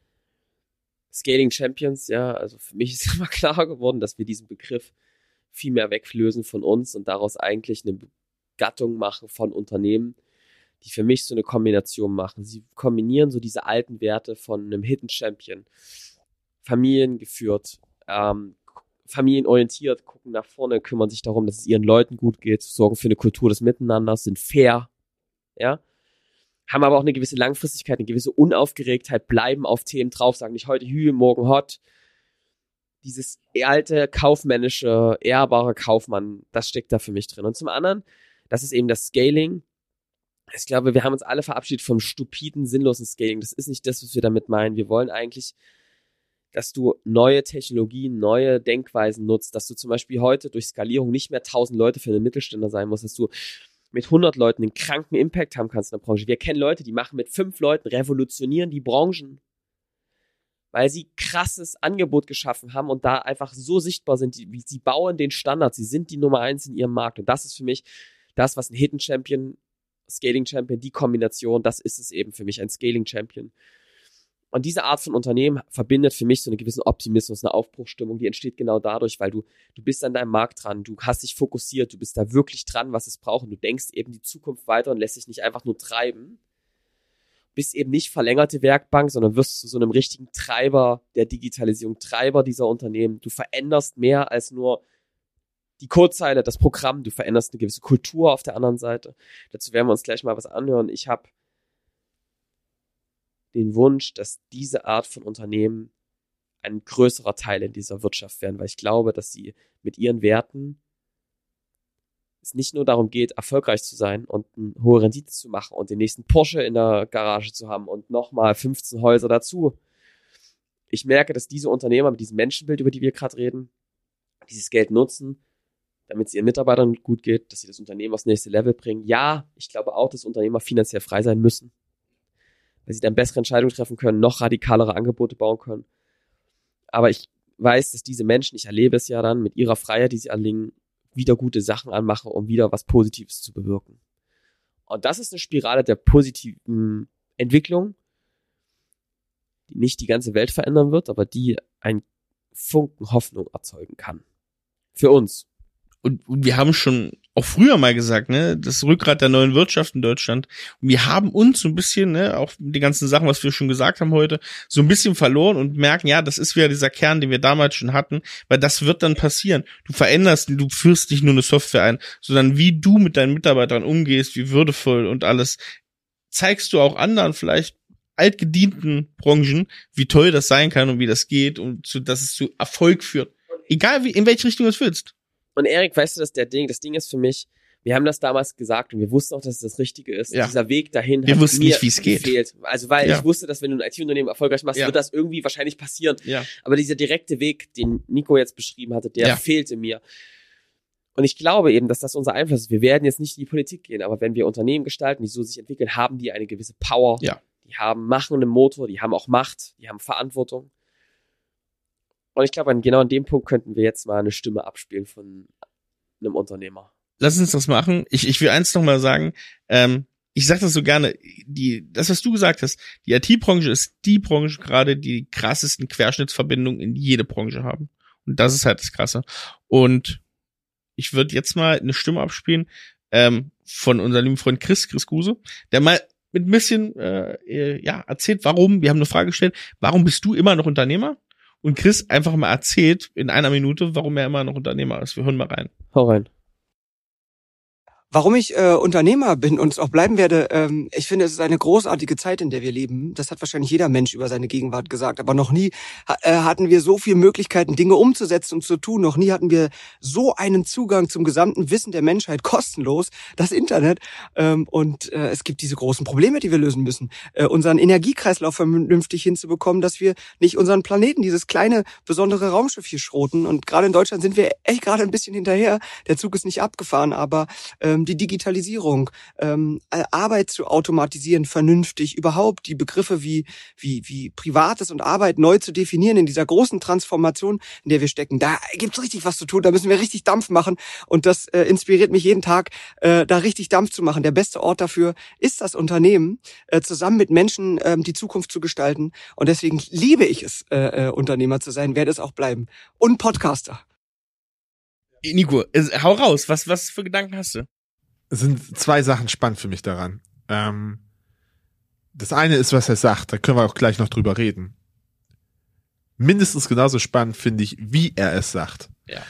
Scaling Champions, ja, also für mich ist immer klar geworden, dass wir diesen Begriff viel mehr weglösen von uns und daraus eigentlich eine Gattung machen von Unternehmen, die für mich so eine Kombination machen. Sie kombinieren so diese alten Werte von einem Hidden Champion, familiengeführt, ähm, familienorientiert, gucken nach vorne, kümmern sich darum, dass es ihren Leuten gut geht, sorgen für eine Kultur des Miteinanders, sind fair, ja, haben aber auch eine gewisse Langfristigkeit, eine gewisse Unaufgeregtheit, bleiben auf Themen drauf, sagen nicht heute Hü, morgen Hot. Dieses alte, kaufmännische, ehrbare Kaufmann, das steckt da für mich drin. Und zum anderen, das ist eben das Scaling. Ich glaube, wir haben uns alle verabschiedet vom stupiden, sinnlosen Scaling. Das ist nicht das, was wir damit meinen. Wir wollen eigentlich, dass du neue Technologien, neue Denkweisen nutzt, dass du zum Beispiel heute durch Skalierung nicht mehr tausend Leute für einen Mittelständler sein musst, dass du mit hundert Leuten einen kranken Impact haben kannst in der Branche. Wir kennen Leute, die machen mit fünf Leuten, revolutionieren die Branchen, weil sie krasses Angebot geschaffen haben und da einfach so sichtbar sind. Die, sie bauen den Standard, sie sind die Nummer eins in ihrem Markt. Und das ist für mich das, was ein Hidden Champion, Scaling Champion, die Kombination, das ist es eben für mich, ein Scaling Champion. Und diese Art von Unternehmen verbindet für mich so einen gewissen Optimismus, eine Aufbruchsstimmung, die entsteht genau dadurch, weil du, du bist an deinem Markt dran, du hast dich fokussiert, du bist da wirklich dran, was es braucht und du denkst eben die Zukunft weiter und lässt dich nicht einfach nur treiben. Bist eben nicht verlängerte Werkbank, sondern wirst zu so einem richtigen Treiber der Digitalisierung, Treiber dieser Unternehmen. Du veränderst mehr als nur die Codezeile, das Programm, du veränderst eine gewisse Kultur auf der anderen Seite. Dazu werden wir uns gleich mal was anhören. Ich habe den Wunsch, dass diese Art von Unternehmen ein größerer Teil in dieser Wirtschaft werden, weil ich glaube, dass sie mit ihren Werten es nicht nur darum geht, erfolgreich zu sein und eine hohe Rendite zu machen und den nächsten Porsche in der Garage zu haben und nochmal fünfzehn Häuser dazu. Ich merke, dass diese Unternehmer mit diesem Menschenbild, über die wir gerade reden, dieses Geld nutzen, damit es ihren Mitarbeitern gut geht, dass sie das Unternehmen aufs nächste Level bringen. Ja, ich glaube auch, dass Unternehmer finanziell frei sein müssen, weil sie dann bessere Entscheidungen treffen können, noch radikalere Angebote bauen können. Aber ich weiß, dass diese Menschen, ich erlebe es ja dann, mit ihrer Freiheit, die sie anlegen, wieder gute Sachen anmachen, um wieder was Positives zu bewirken. Und das ist eine Spirale der positiven Entwicklung, die nicht die ganze Welt verändern wird, aber die einen Funken Hoffnung erzeugen kann. Für uns. Und, und wir haben schon auch früher mal gesagt, ne, das Rückgrat der neuen Wirtschaft in Deutschland. Und wir haben uns so ein bisschen, ne, auch die ganzen Sachen, was wir schon gesagt haben heute, so ein bisschen verloren und merken, ja, das ist wieder dieser Kern, den wir damals schon hatten, weil das wird dann passieren. Du veränderst, du führst nicht nur eine Software ein, sondern wie du mit deinen Mitarbeitern umgehst, wie würdevoll und alles, zeigst du auch anderen vielleicht altgedienten Branchen, wie toll das sein kann und wie das geht und zu, dass es zu Erfolg führt. Egal wie, in welche Richtung du es willst. Und Erik, weißt du, dass der Ding, das Ding ist für mich, wir haben das damals gesagt und wir wussten auch, dass es das Richtige ist. Ja. Dieser Weg dahin wir hat wussten mir nicht, wie es geht. gefehlt. Also weil ja. ich wusste, dass wenn du ein I T-Unternehmen erfolgreich machst, ja. wird das irgendwie wahrscheinlich passieren. Ja. Aber dieser direkte Weg, den Nico jetzt beschrieben hatte, der ja. fehlte mir. Und ich glaube eben, dass das unser Einfluss ist. Wir werden jetzt nicht in die Politik gehen, aber wenn wir Unternehmen gestalten, die so sich entwickeln, haben die eine gewisse Power. Ja. Die haben, machen einen Motor, die haben auch Macht, die haben Verantwortung. Und ich glaube, genau an dem Punkt könnten wir jetzt mal eine Stimme abspielen von einem Unternehmer. Lass uns das machen. Ich, ich will eins noch mal sagen. Ähm, ich sage das so gerne. Die, das, was du gesagt hast, die I T-Branche ist die Branche gerade, die die krassesten Querschnittsverbindungen in jede Branche haben. Und das ist halt das Krasse. Und ich würde jetzt mal eine Stimme abspielen ähm, von unserem lieben Freund Chris, Chris Guse, der mal mit ein bisschen äh, ja erzählt, warum. Wir haben eine Frage gestellt. Warum bist du immer noch Unternehmer? Und Chris einfach mal erzählt in einer Minute, warum er immer noch Unternehmer ist. Wir hören mal rein. Hau rein. Warum ich äh, Unternehmer bin und es auch bleiben werde, ähm, ich finde, es ist eine großartige Zeit, in der wir leben. Das hat wahrscheinlich jeder Mensch über seine Gegenwart gesagt. Aber noch nie ha- äh, hatten wir so viele Möglichkeiten, Dinge umzusetzen und zu tun. Noch nie hatten wir so einen Zugang zum gesamten Wissen der Menschheit kostenlos, das Internet. Ähm, und äh, es gibt diese großen Probleme, die wir lösen müssen. Äh, unseren Energiekreislauf vernünftig hinzubekommen, dass wir nicht unseren Planeten, dieses kleine, besondere Raumschiff hier schroten. Und gerade in Deutschland sind wir echt gerade ein bisschen hinterher. Der Zug ist nicht abgefahren, aber ähm, die Digitalisierung, ähm, Arbeit zu automatisieren, vernünftig, überhaupt die Begriffe wie wie wie Privates und Arbeit neu zu definieren in dieser großen Transformation, in der wir stecken. Da gibt's richtig was zu tun, da müssen wir richtig Dampf machen und das äh, inspiriert mich jeden Tag, äh, da richtig Dampf zu machen. Der beste Ort dafür ist das Unternehmen, äh, zusammen mit Menschen äh, die Zukunft zu gestalten und deswegen liebe ich es, äh, äh, Unternehmer zu sein, werde es auch bleiben. Und Podcaster. Nico, hau raus, was was für Gedanken hast du? Es sind zwei Sachen spannend für mich daran. Ähm, das eine ist, was er sagt, da können wir auch gleich noch drüber reden. Mindestens genauso spannend finde ich, wie er es sagt. Ja.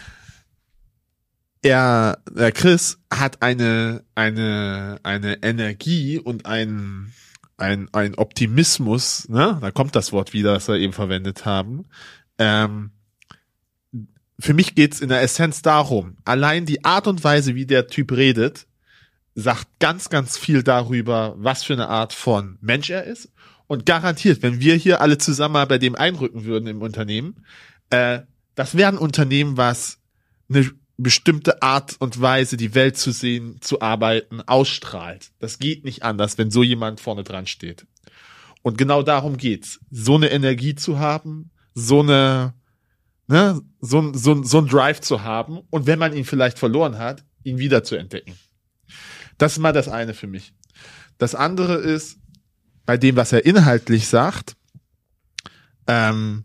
Er, der Chris hat eine, eine, eine Energie und ein, ein, ein Optimismus, ne? Da kommt das Wort wieder, das wir eben verwendet haben. Ähm, für mich geht's in der Essenz darum, allein die Art und Weise, wie der Typ redet, sagt ganz, ganz viel darüber, was für eine Art von Mensch er ist. Und garantiert, wenn wir hier alle zusammen mal bei dem einrücken würden im Unternehmen, äh, das wäre ein Unternehmen, was eine bestimmte Art und Weise, die Welt zu sehen, zu arbeiten, ausstrahlt. Das geht nicht anders, wenn so jemand vorne dran steht. Und genau darum geht's. So eine Energie zu haben, so eine, ne, so, so, so ein Drive zu haben und wenn man ihn vielleicht verloren hat, ihn wieder zu entdecken. Das ist mal das eine für mich. Das andere ist, bei dem, was er inhaltlich sagt, ähm,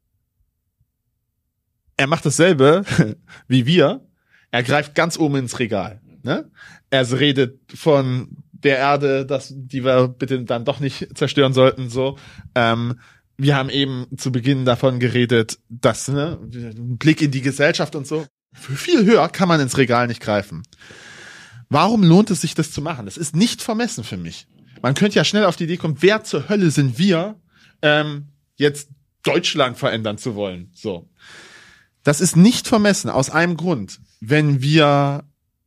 er macht dasselbe wie wir. Er greift ganz oben ins Regal. Ne? Er redet von der Erde, dass die wir bitte dann doch nicht zerstören sollten. So. Ähm, wir haben eben zu Beginn davon geredet, dass ne, ein Blick in die Gesellschaft und so. Für viel höher kann man ins Regal nicht greifen. Warum lohnt es sich, das zu machen? Das ist nicht vermessen für mich. Man könnte ja schnell auf die Idee kommen, wer zur Hölle sind wir, ähm, jetzt Deutschland verändern zu wollen. So, das ist nicht vermessen aus einem Grund. Wenn wir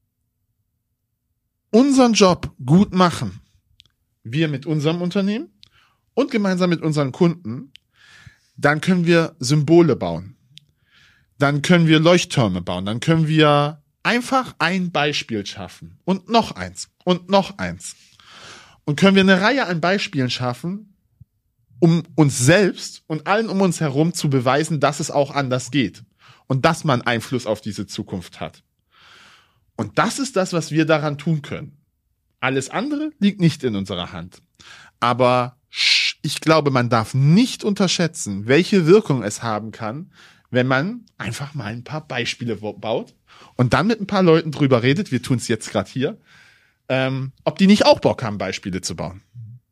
unseren Job gut machen, wir mit unserem Unternehmen und gemeinsam mit unseren Kunden, dann können wir Symbole bauen. Dann können wir Leuchttürme bauen. Dann können wir einfach ein Beispiel schaffen und noch eins und noch eins. Und können wir eine Reihe an Beispielen schaffen, um uns selbst und allen um uns herum zu beweisen, dass es auch anders geht und dass man Einfluss auf diese Zukunft hat. Und das ist das, was wir daran tun können. Alles andere liegt nicht in unserer Hand. Aber ich glaube, man darf nicht unterschätzen, welche Wirkung es haben kann, wenn man einfach mal ein paar Beispiele baut und dann mit ein paar Leuten drüber redet, wir tun es jetzt gerade hier, ähm, ob die nicht auch Bock haben, Beispiele zu bauen.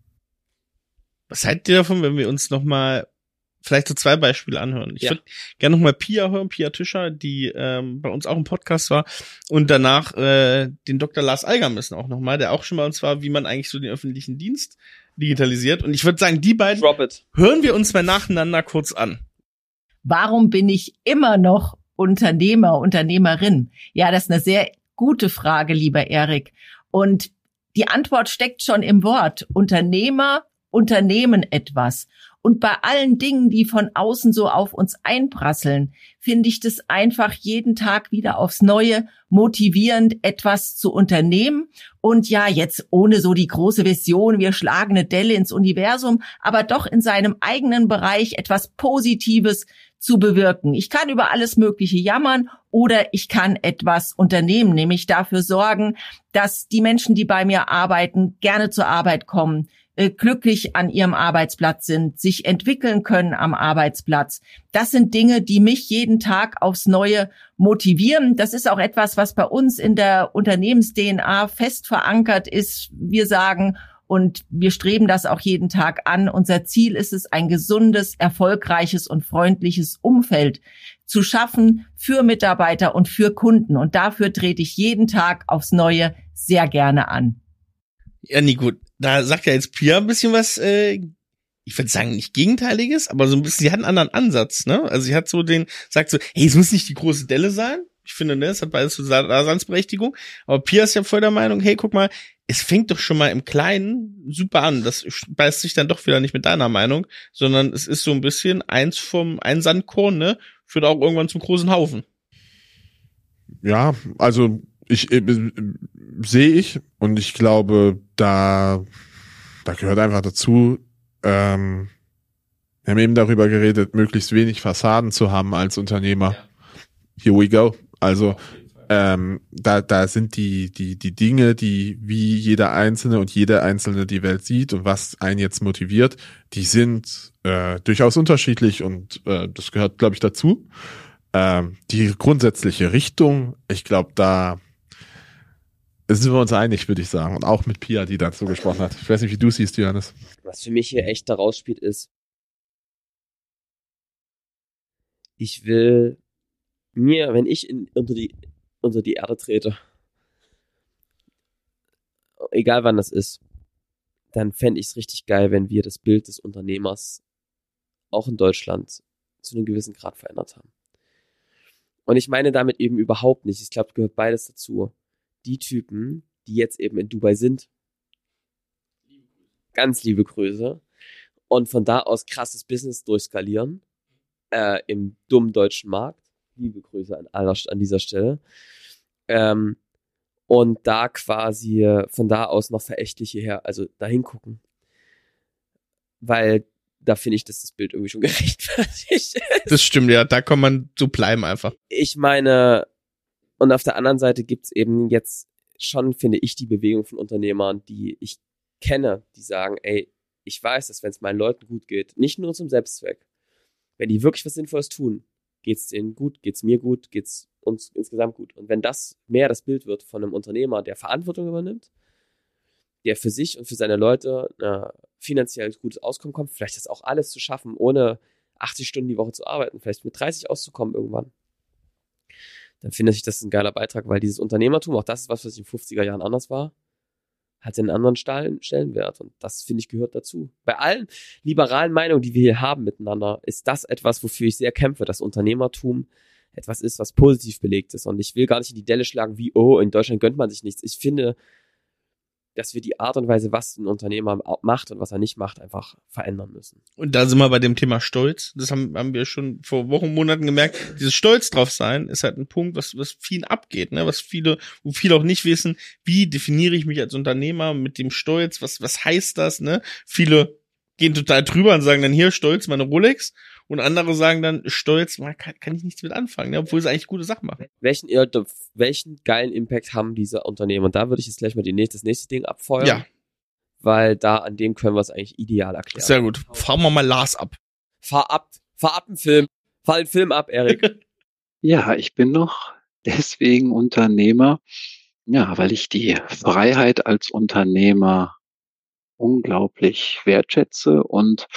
Was haltet ihr davon, wenn wir uns nochmal vielleicht so zwei Beispiele anhören? Ich ja. würde gerne nochmal Pia hören, Pia Tischer, die ähm, bei uns auch im Podcast war und danach äh, den Doktor Lars Algermissen auch nochmal, der auch schon bei uns war, wie man eigentlich so den öffentlichen Dienst digitalisiert. Und ich würde sagen, die beiden hören wir uns mal nacheinander kurz an. Warum bin ich immer noch Unternehmer, Unternehmerin? Ja, das ist eine sehr gute Frage, lieber Erik. Und die Antwort steckt schon im Wort. Unternehmer unternehmen etwas. Und bei allen Dingen, die von außen so auf uns einprasseln, finde ich das einfach jeden Tag wieder aufs Neue motivierend, etwas zu unternehmen. Und ja, jetzt ohne so die große Vision, wir schlagen eine Delle ins Universum, aber doch in seinem eigenen Bereich etwas Positives zu bewirken. Ich kann über alles Mögliche jammern oder ich kann etwas unternehmen, nämlich dafür sorgen, dass die Menschen, die bei mir arbeiten, gerne zur Arbeit kommen, glücklich an ihrem Arbeitsplatz sind, sich entwickeln können am Arbeitsplatz. Das sind Dinge, die mich jeden Tag aufs Neue motivieren. Das ist auch etwas, was bei uns in der Unternehmens-D N A fest verankert ist. Wir sagen, und wir streben das auch jeden Tag an, unser Ziel ist es, ein gesundes, erfolgreiches und freundliches Umfeld zu schaffen für Mitarbeiter und für Kunden. Und dafür trete ich jeden Tag aufs Neue sehr gerne an. Ja, Nico, da sagt ja jetzt Pia ein bisschen was, äh, ich würde sagen, nicht Gegenteiliges, aber so ein bisschen, sie hat einen anderen Ansatz, ne? Also sie hat so den, sagt so, hey, es muss nicht die große Delle sein. Ich finde, ne, es hat beides so Daseinsberechtigung. Aber Pia ist ja voll der Meinung, hey, guck mal, es fängt doch schon mal im Kleinen super an. Das beißt sich dann doch wieder nicht mit deiner Meinung, sondern es ist so ein bisschen eins vom, ein Sandkorn, ne, führt auch irgendwann zum großen Haufen. Ja, also ich äh, sehe ich und ich glaube, da da gehört einfach dazu, ähm, wir haben eben darüber geredet, möglichst wenig Fassaden zu haben als Unternehmer. Ja. Here we go. Also ähm, da da sind die die die Dinge, die wie jeder Einzelne und jede Einzelne die Welt sieht und was einen jetzt motiviert, die sind äh, durchaus unterschiedlich und äh, das gehört, glaube ich, dazu. Ähm, die grundsätzliche Richtung, ich glaube, da sind wir uns einig, würde ich sagen. Und auch mit Pia, die dazu gesprochen hat. Ich weiß nicht, wie du siehst, Johannes. Was für mich hier echt daraus spielt, ist, ich will mir, wenn ich in, unter die unter die Erde trete, egal wann das ist, dann fände ich es richtig geil, wenn wir das Bild des Unternehmers auch in Deutschland zu einem gewissen Grad verändert haben. Und ich meine damit eben überhaupt nicht, ich glaube, gehört beides dazu. Die Typen, die jetzt eben in Dubai sind, ganz liebe Grüße, und von da aus krasses Business durchskalieren, äh, im dummen deutschen Markt, liebe Grüße an, aller, an dieser Stelle, ähm, und da quasi von da aus noch verächtliche her, also dahin gucken. Weil da finde ich, dass das Bild irgendwie schon gerechtfertigt ist. Das stimmt, ja, da kann man so bleiben einfach. Ich meine, und auf der anderen Seite gibt's eben jetzt schon, finde ich, die Bewegung von Unternehmern, die ich kenne, die sagen, ey, ich weiß, dass wenn es meinen Leuten gut geht, nicht nur zum Selbstzweck, wenn die wirklich was Sinnvolles tun, geht's denen gut, geht's mir gut, geht's uns insgesamt gut. Und wenn das mehr das Bild wird von einem Unternehmer, der Verantwortung übernimmt, der für sich und für seine Leute ein finanziell gutes Auskommen kommt, vielleicht das auch alles zu schaffen, ohne achtzig Stunden die Woche zu arbeiten, vielleicht mit dreißig auszukommen irgendwann, dann finde ich, das ist ein geiler Beitrag, weil dieses Unternehmertum, auch das ist was, was in den fünfziger Jahren anders war, hat einen anderen Stellenwert und das, finde ich, gehört dazu. Bei allen liberalen Meinungen, die wir hier haben miteinander, ist das etwas, wofür ich sehr kämpfe, dass Unternehmertum etwas ist, was positiv belegt ist und ich will gar nicht in die Delle schlagen, wie, oh, in Deutschland gönnt man sich nichts. Ich finde, dass wir die Art und Weise, was ein Unternehmer macht und was er nicht macht, einfach verändern müssen. Und da sind wir bei dem Thema Stolz. Das haben, haben wir schon vor Wochen, Monaten gemerkt. Dieses Stolz drauf sein ist halt ein Punkt, was, was vielen abgeht, ne? Was viele, wo viele auch nicht wissen, wie definiere ich mich als Unternehmer mit dem Stolz? Was, was heißt das, ne? Viele gehen total drüber und sagen dann hier Stolz, meine Rolex. Und andere sagen dann, Stolz, man kann, kann ich nichts mit anfangen, ne? Obwohl sie eigentlich gute Sachen machen. Welchen, welchen geilen Impact haben diese Unternehmen? Und da würde ich jetzt gleich mal die nächste, das nächste Ding abfeuern. Ja. Weil da, an dem können wir es eigentlich ideal erklären. Sehr gut. Fahren wir mal Lars ab. Fahr ab. Fahr ab den Film. Fahr den Film ab, Erik. Ja, ich bin noch deswegen Unternehmer. Ja, weil ich die Freiheit als Unternehmer unglaublich wertschätze und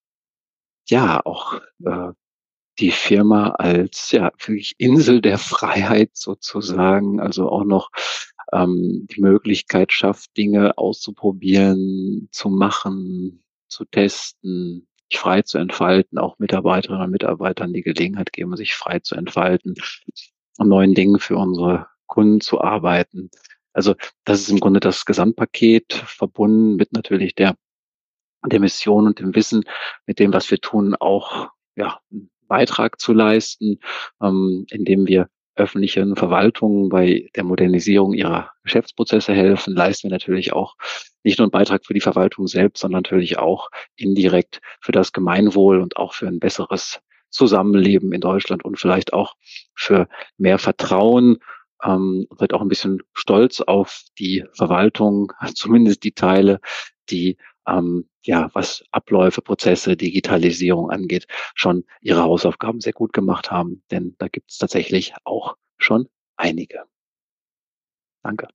ja, auch äh, die Firma als ja wirklich Insel der Freiheit sozusagen, also auch noch ähm, die Möglichkeit schafft, Dinge auszuprobieren, zu machen, zu testen, sich frei zu entfalten, auch Mitarbeiterinnen und Mitarbeitern die Gelegenheit geben, sich frei zu entfalten, an neuen Dingen für unsere Kunden zu arbeiten. Also das ist im Grunde das Gesamtpaket, verbunden mit natürlich der der Mission und dem Wissen, mit dem, was wir tun, auch ja einen Beitrag zu leisten, ähm, indem wir öffentlichen Verwaltungen bei der Modernisierung ihrer Geschäftsprozesse helfen, leisten wir natürlich auch nicht nur einen Beitrag für die Verwaltung selbst, sondern natürlich auch indirekt für das Gemeinwohl und auch für ein besseres Zusammenleben in Deutschland und vielleicht auch für mehr Vertrauen, ähm, vielleicht auch ein bisschen Stolz auf die Verwaltung, zumindest die Teile, die ähm, ja, was Abläufe, Prozesse, Digitalisierung angeht, schon ihre Hausaufgaben sehr gut gemacht haben. Denn da gibt es tatsächlich auch schon einige. Danke.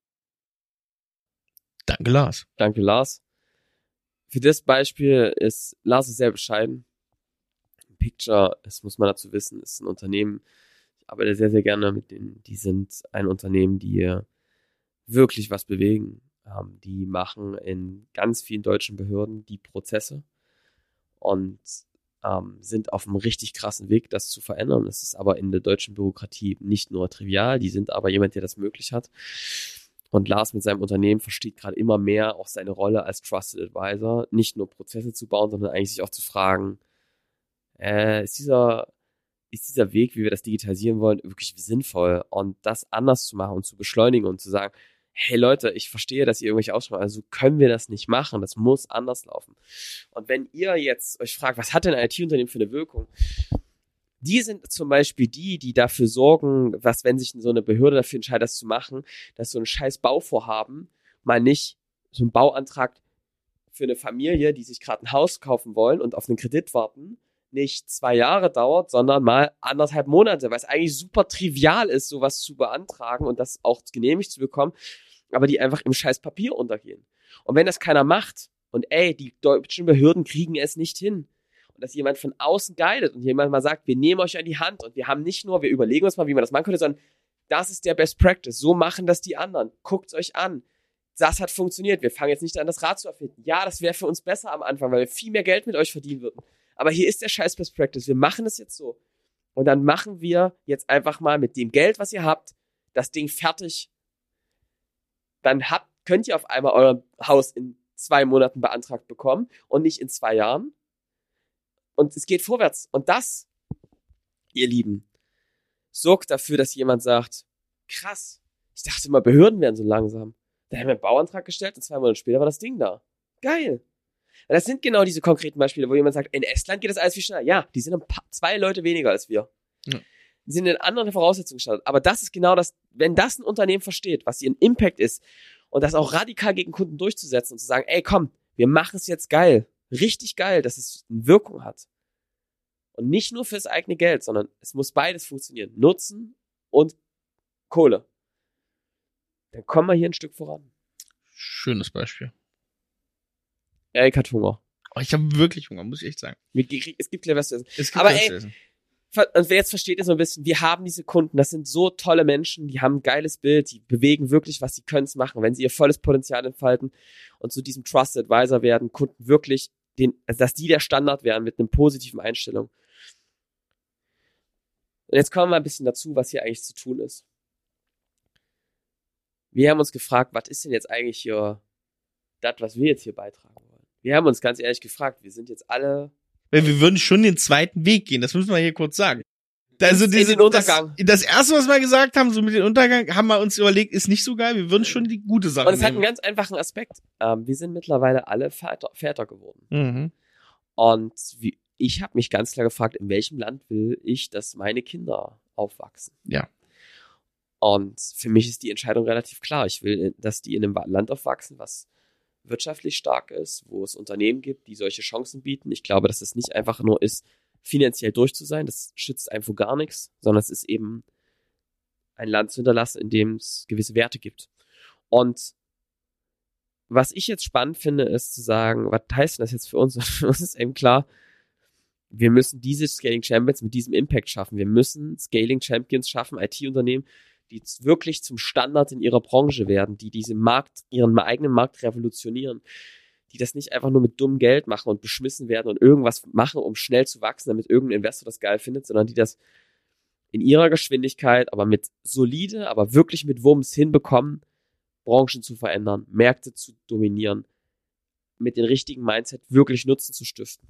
Danke, Lars. Danke, Lars. Für das Beispiel ist Lars ist sehr bescheiden. Picture, das muss man dazu wissen, ist ein Unternehmen, ich arbeite sehr, sehr gerne mit denen. Die sind ein Unternehmen, die wirklich was bewegen. Ähm, die machen in ganz vielen deutschen Behörden die Prozesse und ähm, sind auf einem richtig krassen Weg, das zu verändern. Das ist aber in der deutschen Bürokratie nicht nur trivial, die sind aber jemand, der das möglich hat. Und Lars mit seinem Unternehmen versteht gerade immer mehr auch seine Rolle als Trusted Advisor, nicht nur Prozesse zu bauen, sondern eigentlich sich auch zu fragen, äh, ist dieser, ist dieser Weg, wie wir das digitalisieren wollen, wirklich sinnvoll? Und das anders zu machen und zu beschleunigen und zu sagen, hey Leute, ich verstehe, dass ihr irgendwelche Aussprachen, also können wir das nicht machen, das muss anders laufen. Und wenn ihr jetzt euch fragt, was hat denn ein I T-Unternehmen für eine Wirkung? Die sind zum Beispiel die, die dafür sorgen, was, wenn sich so eine Behörde dafür entscheidet, das zu machen, dass so ein scheiß Bauvorhaben mal nicht so ein Bauantrag für eine Familie, die sich gerade ein Haus kaufen wollen und auf einen Kredit warten, nicht zwei Jahre dauert, sondern mal anderthalb Monate, weil es eigentlich super trivial ist, sowas zu beantragen und das auch genehmigt zu bekommen, aber die einfach im scheiß Papier untergehen. Und wenn das keiner macht und ey, die deutschen Behörden kriegen es nicht hin, dass jemand von außen guidet und jemand mal sagt, wir nehmen euch an die Hand und wir haben nicht nur, wir überlegen uns mal, wie man das machen könnte, sondern das ist der Best Practice, so machen das die anderen, guckt's euch an, das hat funktioniert, wir fangen jetzt nicht an, das Rad zu erfinden, ja, das wäre für uns besser am Anfang, weil wir viel mehr Geld mit euch verdienen würden, aber hier ist der scheiß Best Practice, wir machen das jetzt so und dann machen wir jetzt einfach mal mit dem Geld, was ihr habt, das Ding fertig, dann habt, könnt ihr auf einmal euer Haus in zwei Monaten beantragt bekommen und nicht in zwei Jahren. Und es geht vorwärts. Und das, ihr Lieben, sorgt dafür, dass jemand sagt, krass, ich dachte immer, Behörden wären so langsam. Da haben wir einen Bauantrag gestellt und zwei Monate später war das Ding da. Geil. Und das sind genau diese konkreten Beispiele, wo jemand sagt, in Estland geht das alles viel schneller. Ja, die sind ein paar, zwei Leute weniger als wir. Ja. Die sind in anderen Voraussetzungen gestartet. Aber das ist genau das, wenn das ein Unternehmen versteht, was ihren Impact ist und das auch radikal gegen Kunden durchzusetzen und zu sagen, ey, komm, wir machen es jetzt geil. Richtig geil, dass es eine Wirkung hat. Und nicht nur fürs eigene Geld, sondern es muss beides funktionieren. Nutzen und Kohle. Dann kommen wir hier ein Stück voran. Schönes Beispiel. Erik hat Hunger. Oh, ich habe wirklich Hunger, muss ich echt sagen. Es gibt ja was zu essen. Es gibt Aber was ey, zu essen. Und wer jetzt versteht, ist so ein bisschen, wir haben diese Kunden, das sind so tolle Menschen, die haben ein geiles Bild, die bewegen wirklich, was sie können es machen, wenn sie ihr volles Potenzial entfalten und zu diesem Trusted Advisor werden, Kunden wirklich, den, also dass die der Standard werden mit einer positiven Einstellung. Und jetzt kommen wir mal ein bisschen dazu, was hier eigentlich zu tun ist. Wir haben uns gefragt, was ist denn jetzt eigentlich hier das, was wir jetzt hier beitragen wollen? Wir haben uns ganz ehrlich gefragt, wir sind jetzt alle... Weil wir würden schon den zweiten Weg gehen, das müssen wir hier kurz sagen. Also in diese, den Untergang. Das, das erste, was wir gesagt haben, so mit dem Untergang, haben wir uns überlegt, ist nicht so geil, wir würden schon die gute Sache Und es nehmen. hat einen ganz einfachen Aspekt. Ähm, wir sind mittlerweile alle Väter, Väter geworden. Mhm. Und wie, ich habe mich ganz klar gefragt, in welchem Land will ich, dass meine Kinder aufwachsen? Ja. Und für mich ist die Entscheidung relativ klar. Ich will, dass die in einem Land aufwachsen, was wirtschaftlich stark ist, wo es Unternehmen gibt, die solche Chancen bieten. Ich glaube, dass es nicht einfach nur ist, finanziell durch zu sein. Das schützt einem vor gar nichts, sondern es ist eben ein Land zu hinterlassen, in dem es gewisse Werte gibt. Und was ich jetzt spannend finde, ist zu sagen, was heißt denn das jetzt für uns? Für uns ist eben klar, wir müssen diese Scaling Champions mit diesem Impact schaffen. Wir müssen Scaling Champions schaffen, I T-Unternehmen, die wirklich zum Standard in ihrer Branche werden, die diesen Markt, ihren eigenen Markt revolutionieren, die das nicht einfach nur mit dummem Geld machen und beschmissen werden und irgendwas machen, um schnell zu wachsen, damit irgendein Investor das geil findet, sondern die das in ihrer Geschwindigkeit, aber mit solide, aber wirklich mit Wumms hinbekommen, Branchen zu verändern, Märkte zu dominieren, mit dem richtigen Mindset wirklich Nutzen zu stiften.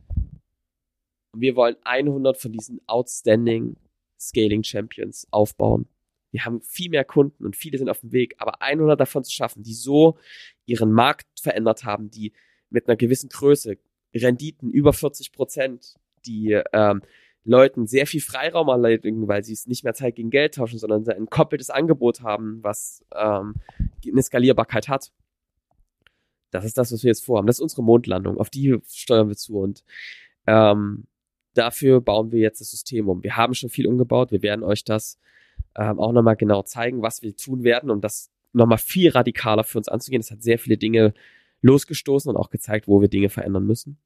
Und wir wollen hundert von diesen outstanding Scaling Champions aufbauen. Wir haben viel mehr Kunden und viele sind auf dem Weg, aber hundert davon zu schaffen, die so ihren Markt verändert haben, die mit einer gewissen Größe, Renditen über vierzig Prozent, die ähm, Leuten sehr viel Freiraum erledigen, weil sie es nicht mehr Zeit gegen Geld tauschen, sondern ein koppeltes Angebot haben, was ähm, eine Skalierbarkeit hat. Das ist das, was wir jetzt vorhaben. Das ist unsere Mondlandung. Auf die steuern wir zu und ähm, dafür bauen wir jetzt das System um. Wir haben schon viel umgebaut. Wir werden euch das ähm, auch nochmal genau zeigen, was wir tun werden, um das nochmal viel radikaler für uns anzugehen. Es hat sehr viele Dinge losgestoßen und auch gezeigt, wo wir Dinge verändern müssen.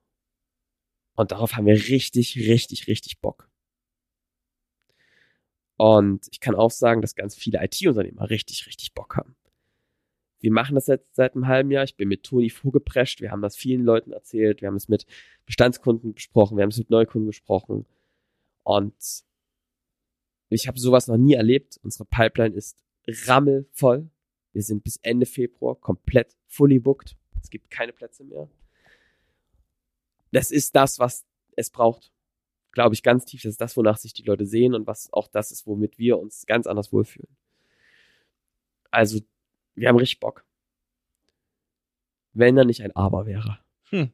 Und darauf haben wir richtig, richtig, richtig Bock. Und ich kann auch sagen, dass ganz viele I T-Unternehmer richtig, richtig Bock haben. Wir machen das jetzt seit einem halben Jahr. Ich bin mit Toni vorgeprescht. Wir haben das vielen Leuten erzählt. Wir haben es mit Bestandskunden besprochen. Wir haben es mit Neukunden besprochen. Und ich habe sowas noch nie erlebt. Unsere Pipeline ist rammelvoll. Wir sind bis Ende Februar komplett fully booked. Es gibt keine Plätze mehr. Das ist das, was es braucht. Glaube ich ganz tief. Das ist das, wonach sich die Leute sehen und was auch das ist, womit wir uns ganz anders wohlfühlen. Also, wir haben richtig Bock. Wenn da nicht ein Aber wäre. Hm.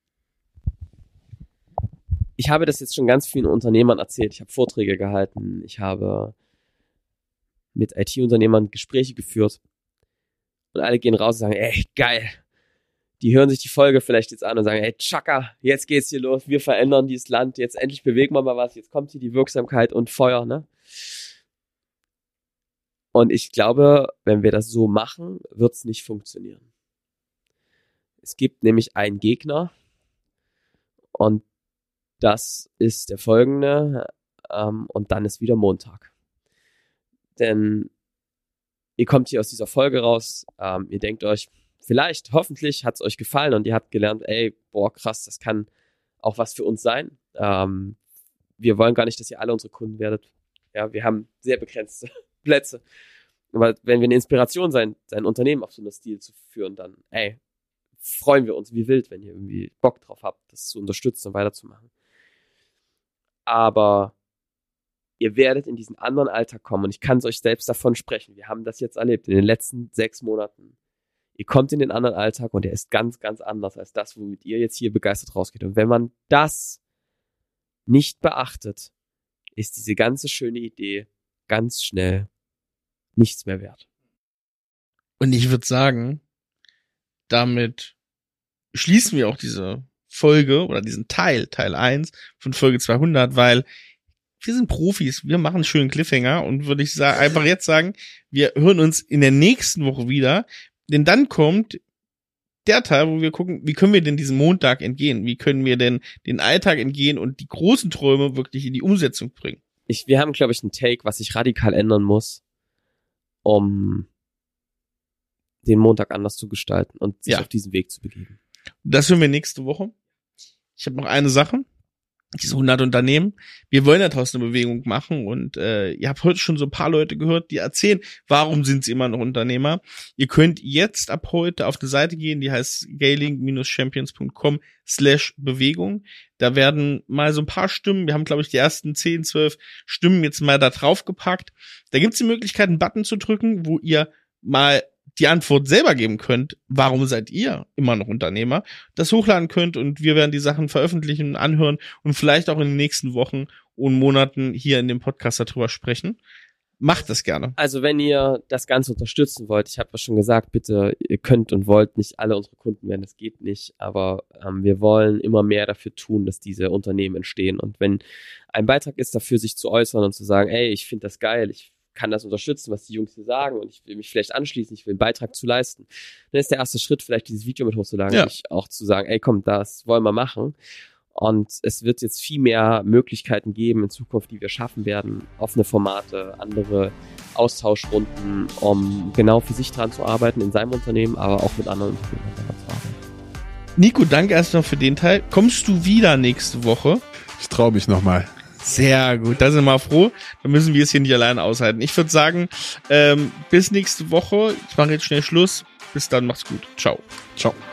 Ich habe das jetzt schon ganz vielen Unternehmern erzählt. Ich habe Vorträge gehalten. Ich habe mit I T-Unternehmern Gespräche geführt. Und alle gehen raus und sagen, ey, geil. Die hören sich die Folge vielleicht jetzt an und sagen, ey, Chaka, jetzt geht's hier los. Wir verändern dieses Land. Jetzt endlich bewegen wir mal was. Jetzt kommt hier die Wirksamkeit und Feuer, ne? Und ich glaube, wenn wir das so machen, wird's nicht funktionieren. Es gibt nämlich einen Gegner und das ist der folgende ähm, und dann ist wieder Montag. Denn ihr kommt hier aus dieser Folge raus, ähm, ihr denkt euch, vielleicht, hoffentlich hat's euch gefallen und ihr habt gelernt, ey, boah, krass, das kann auch was für uns sein. Ähm, wir wollen gar nicht, dass ihr alle unsere Kunden werdet. Ja, wir haben sehr begrenzte Plätze. Aber wenn wir eine Inspiration sein, sein Unternehmen auf so einen Stil zu führen, dann, ey, freuen wir uns wie wild, wenn ihr irgendwie Bock drauf habt, das zu unterstützen und weiterzumachen. Aber ihr werdet in diesen anderen Alltag kommen und ich kann es euch selbst davon sprechen. Wir haben das jetzt erlebt in den letzten sechs Monaten. Ihr kommt in den anderen Alltag und der ist ganz, ganz anders als das, womit ihr jetzt hier begeistert rausgeht. Und wenn man das nicht beachtet, ist diese ganze schöne Idee ganz schnell nichts mehr wert. Und ich würde sagen, damit schließen wir auch diese Folge oder diesen Teil, Teil eins von Folge zweihundert, weil wir sind Profis, wir machen einen schönen Cliffhanger und würde ich sagen, einfach jetzt sagen, wir hören uns in der nächsten Woche wieder, denn dann kommt der Teil, wo wir gucken, wie können wir denn diesem Montag entgehen? Wie können wir denn den Alltag entgehen und die großen Träume wirklich in die Umsetzung bringen? Ich, wir haben, glaube ich, einen Take, was sich radikal ändern muss, um den Montag anders zu gestalten und sich ja. auf diesen Weg zu begeben. Das hören wir nächste Woche. Ich habe noch eine Sache. Diese hundert Unternehmen. Wir wollen ja draußen eine Bewegung machen und äh, ihr habt heute schon so ein paar Leute gehört, die erzählen, warum sind sie immer noch Unternehmer. Ihr könnt jetzt ab heute auf eine Seite gehen, die heißt scaling-champions.com slash Bewegung. Da werden mal so ein paar Stimmen, wir haben glaube ich die ersten zehn, zwölf Stimmen jetzt mal da drauf gepackt. Da gibt es die Möglichkeit, einen Button zu drücken, wo ihr mal die Antwort selber geben könnt, warum seid ihr immer noch Unternehmer, das hochladen könnt und wir werden die Sachen veröffentlichen, anhören und vielleicht auch in den nächsten Wochen und Monaten hier in dem Podcast darüber sprechen. Macht das gerne. Also wenn ihr das Ganze unterstützen wollt, ich habe ja schon gesagt, bitte, ihr könnt und wollt nicht alle unsere Kunden werden, das geht nicht, aber ähm, wir wollen immer mehr dafür tun, dass diese Unternehmen entstehen und wenn ein Beitrag ist, dafür sich zu äußern und zu sagen, ey, ich finde das geil, ich kann das unterstützen, was die Jungs hier sagen und ich will mich vielleicht anschließen, ich will einen Beitrag zu leisten. Dann ist der erste Schritt vielleicht dieses Video mit hochzuladen, ja. auch zu sagen, ey komm, das wollen wir machen und es wird jetzt viel mehr Möglichkeiten geben in Zukunft, die wir schaffen werden, offene Formate, andere Austauschrunden, um genau für sich dran zu arbeiten in seinem Unternehmen, aber auch mit anderen Unternehmen daran zu arbeiten. Nico, danke erstmal für den Teil. Kommst du wieder nächste Woche? Ich traue mich nochmal. Sehr gut, da sind wir mal froh. Dann müssen wir es hier nicht alleine aushalten. Ich würde sagen, ähm, bis nächste Woche. Ich mache jetzt schnell Schluss. Bis dann, macht's gut. Ciao. Ciao.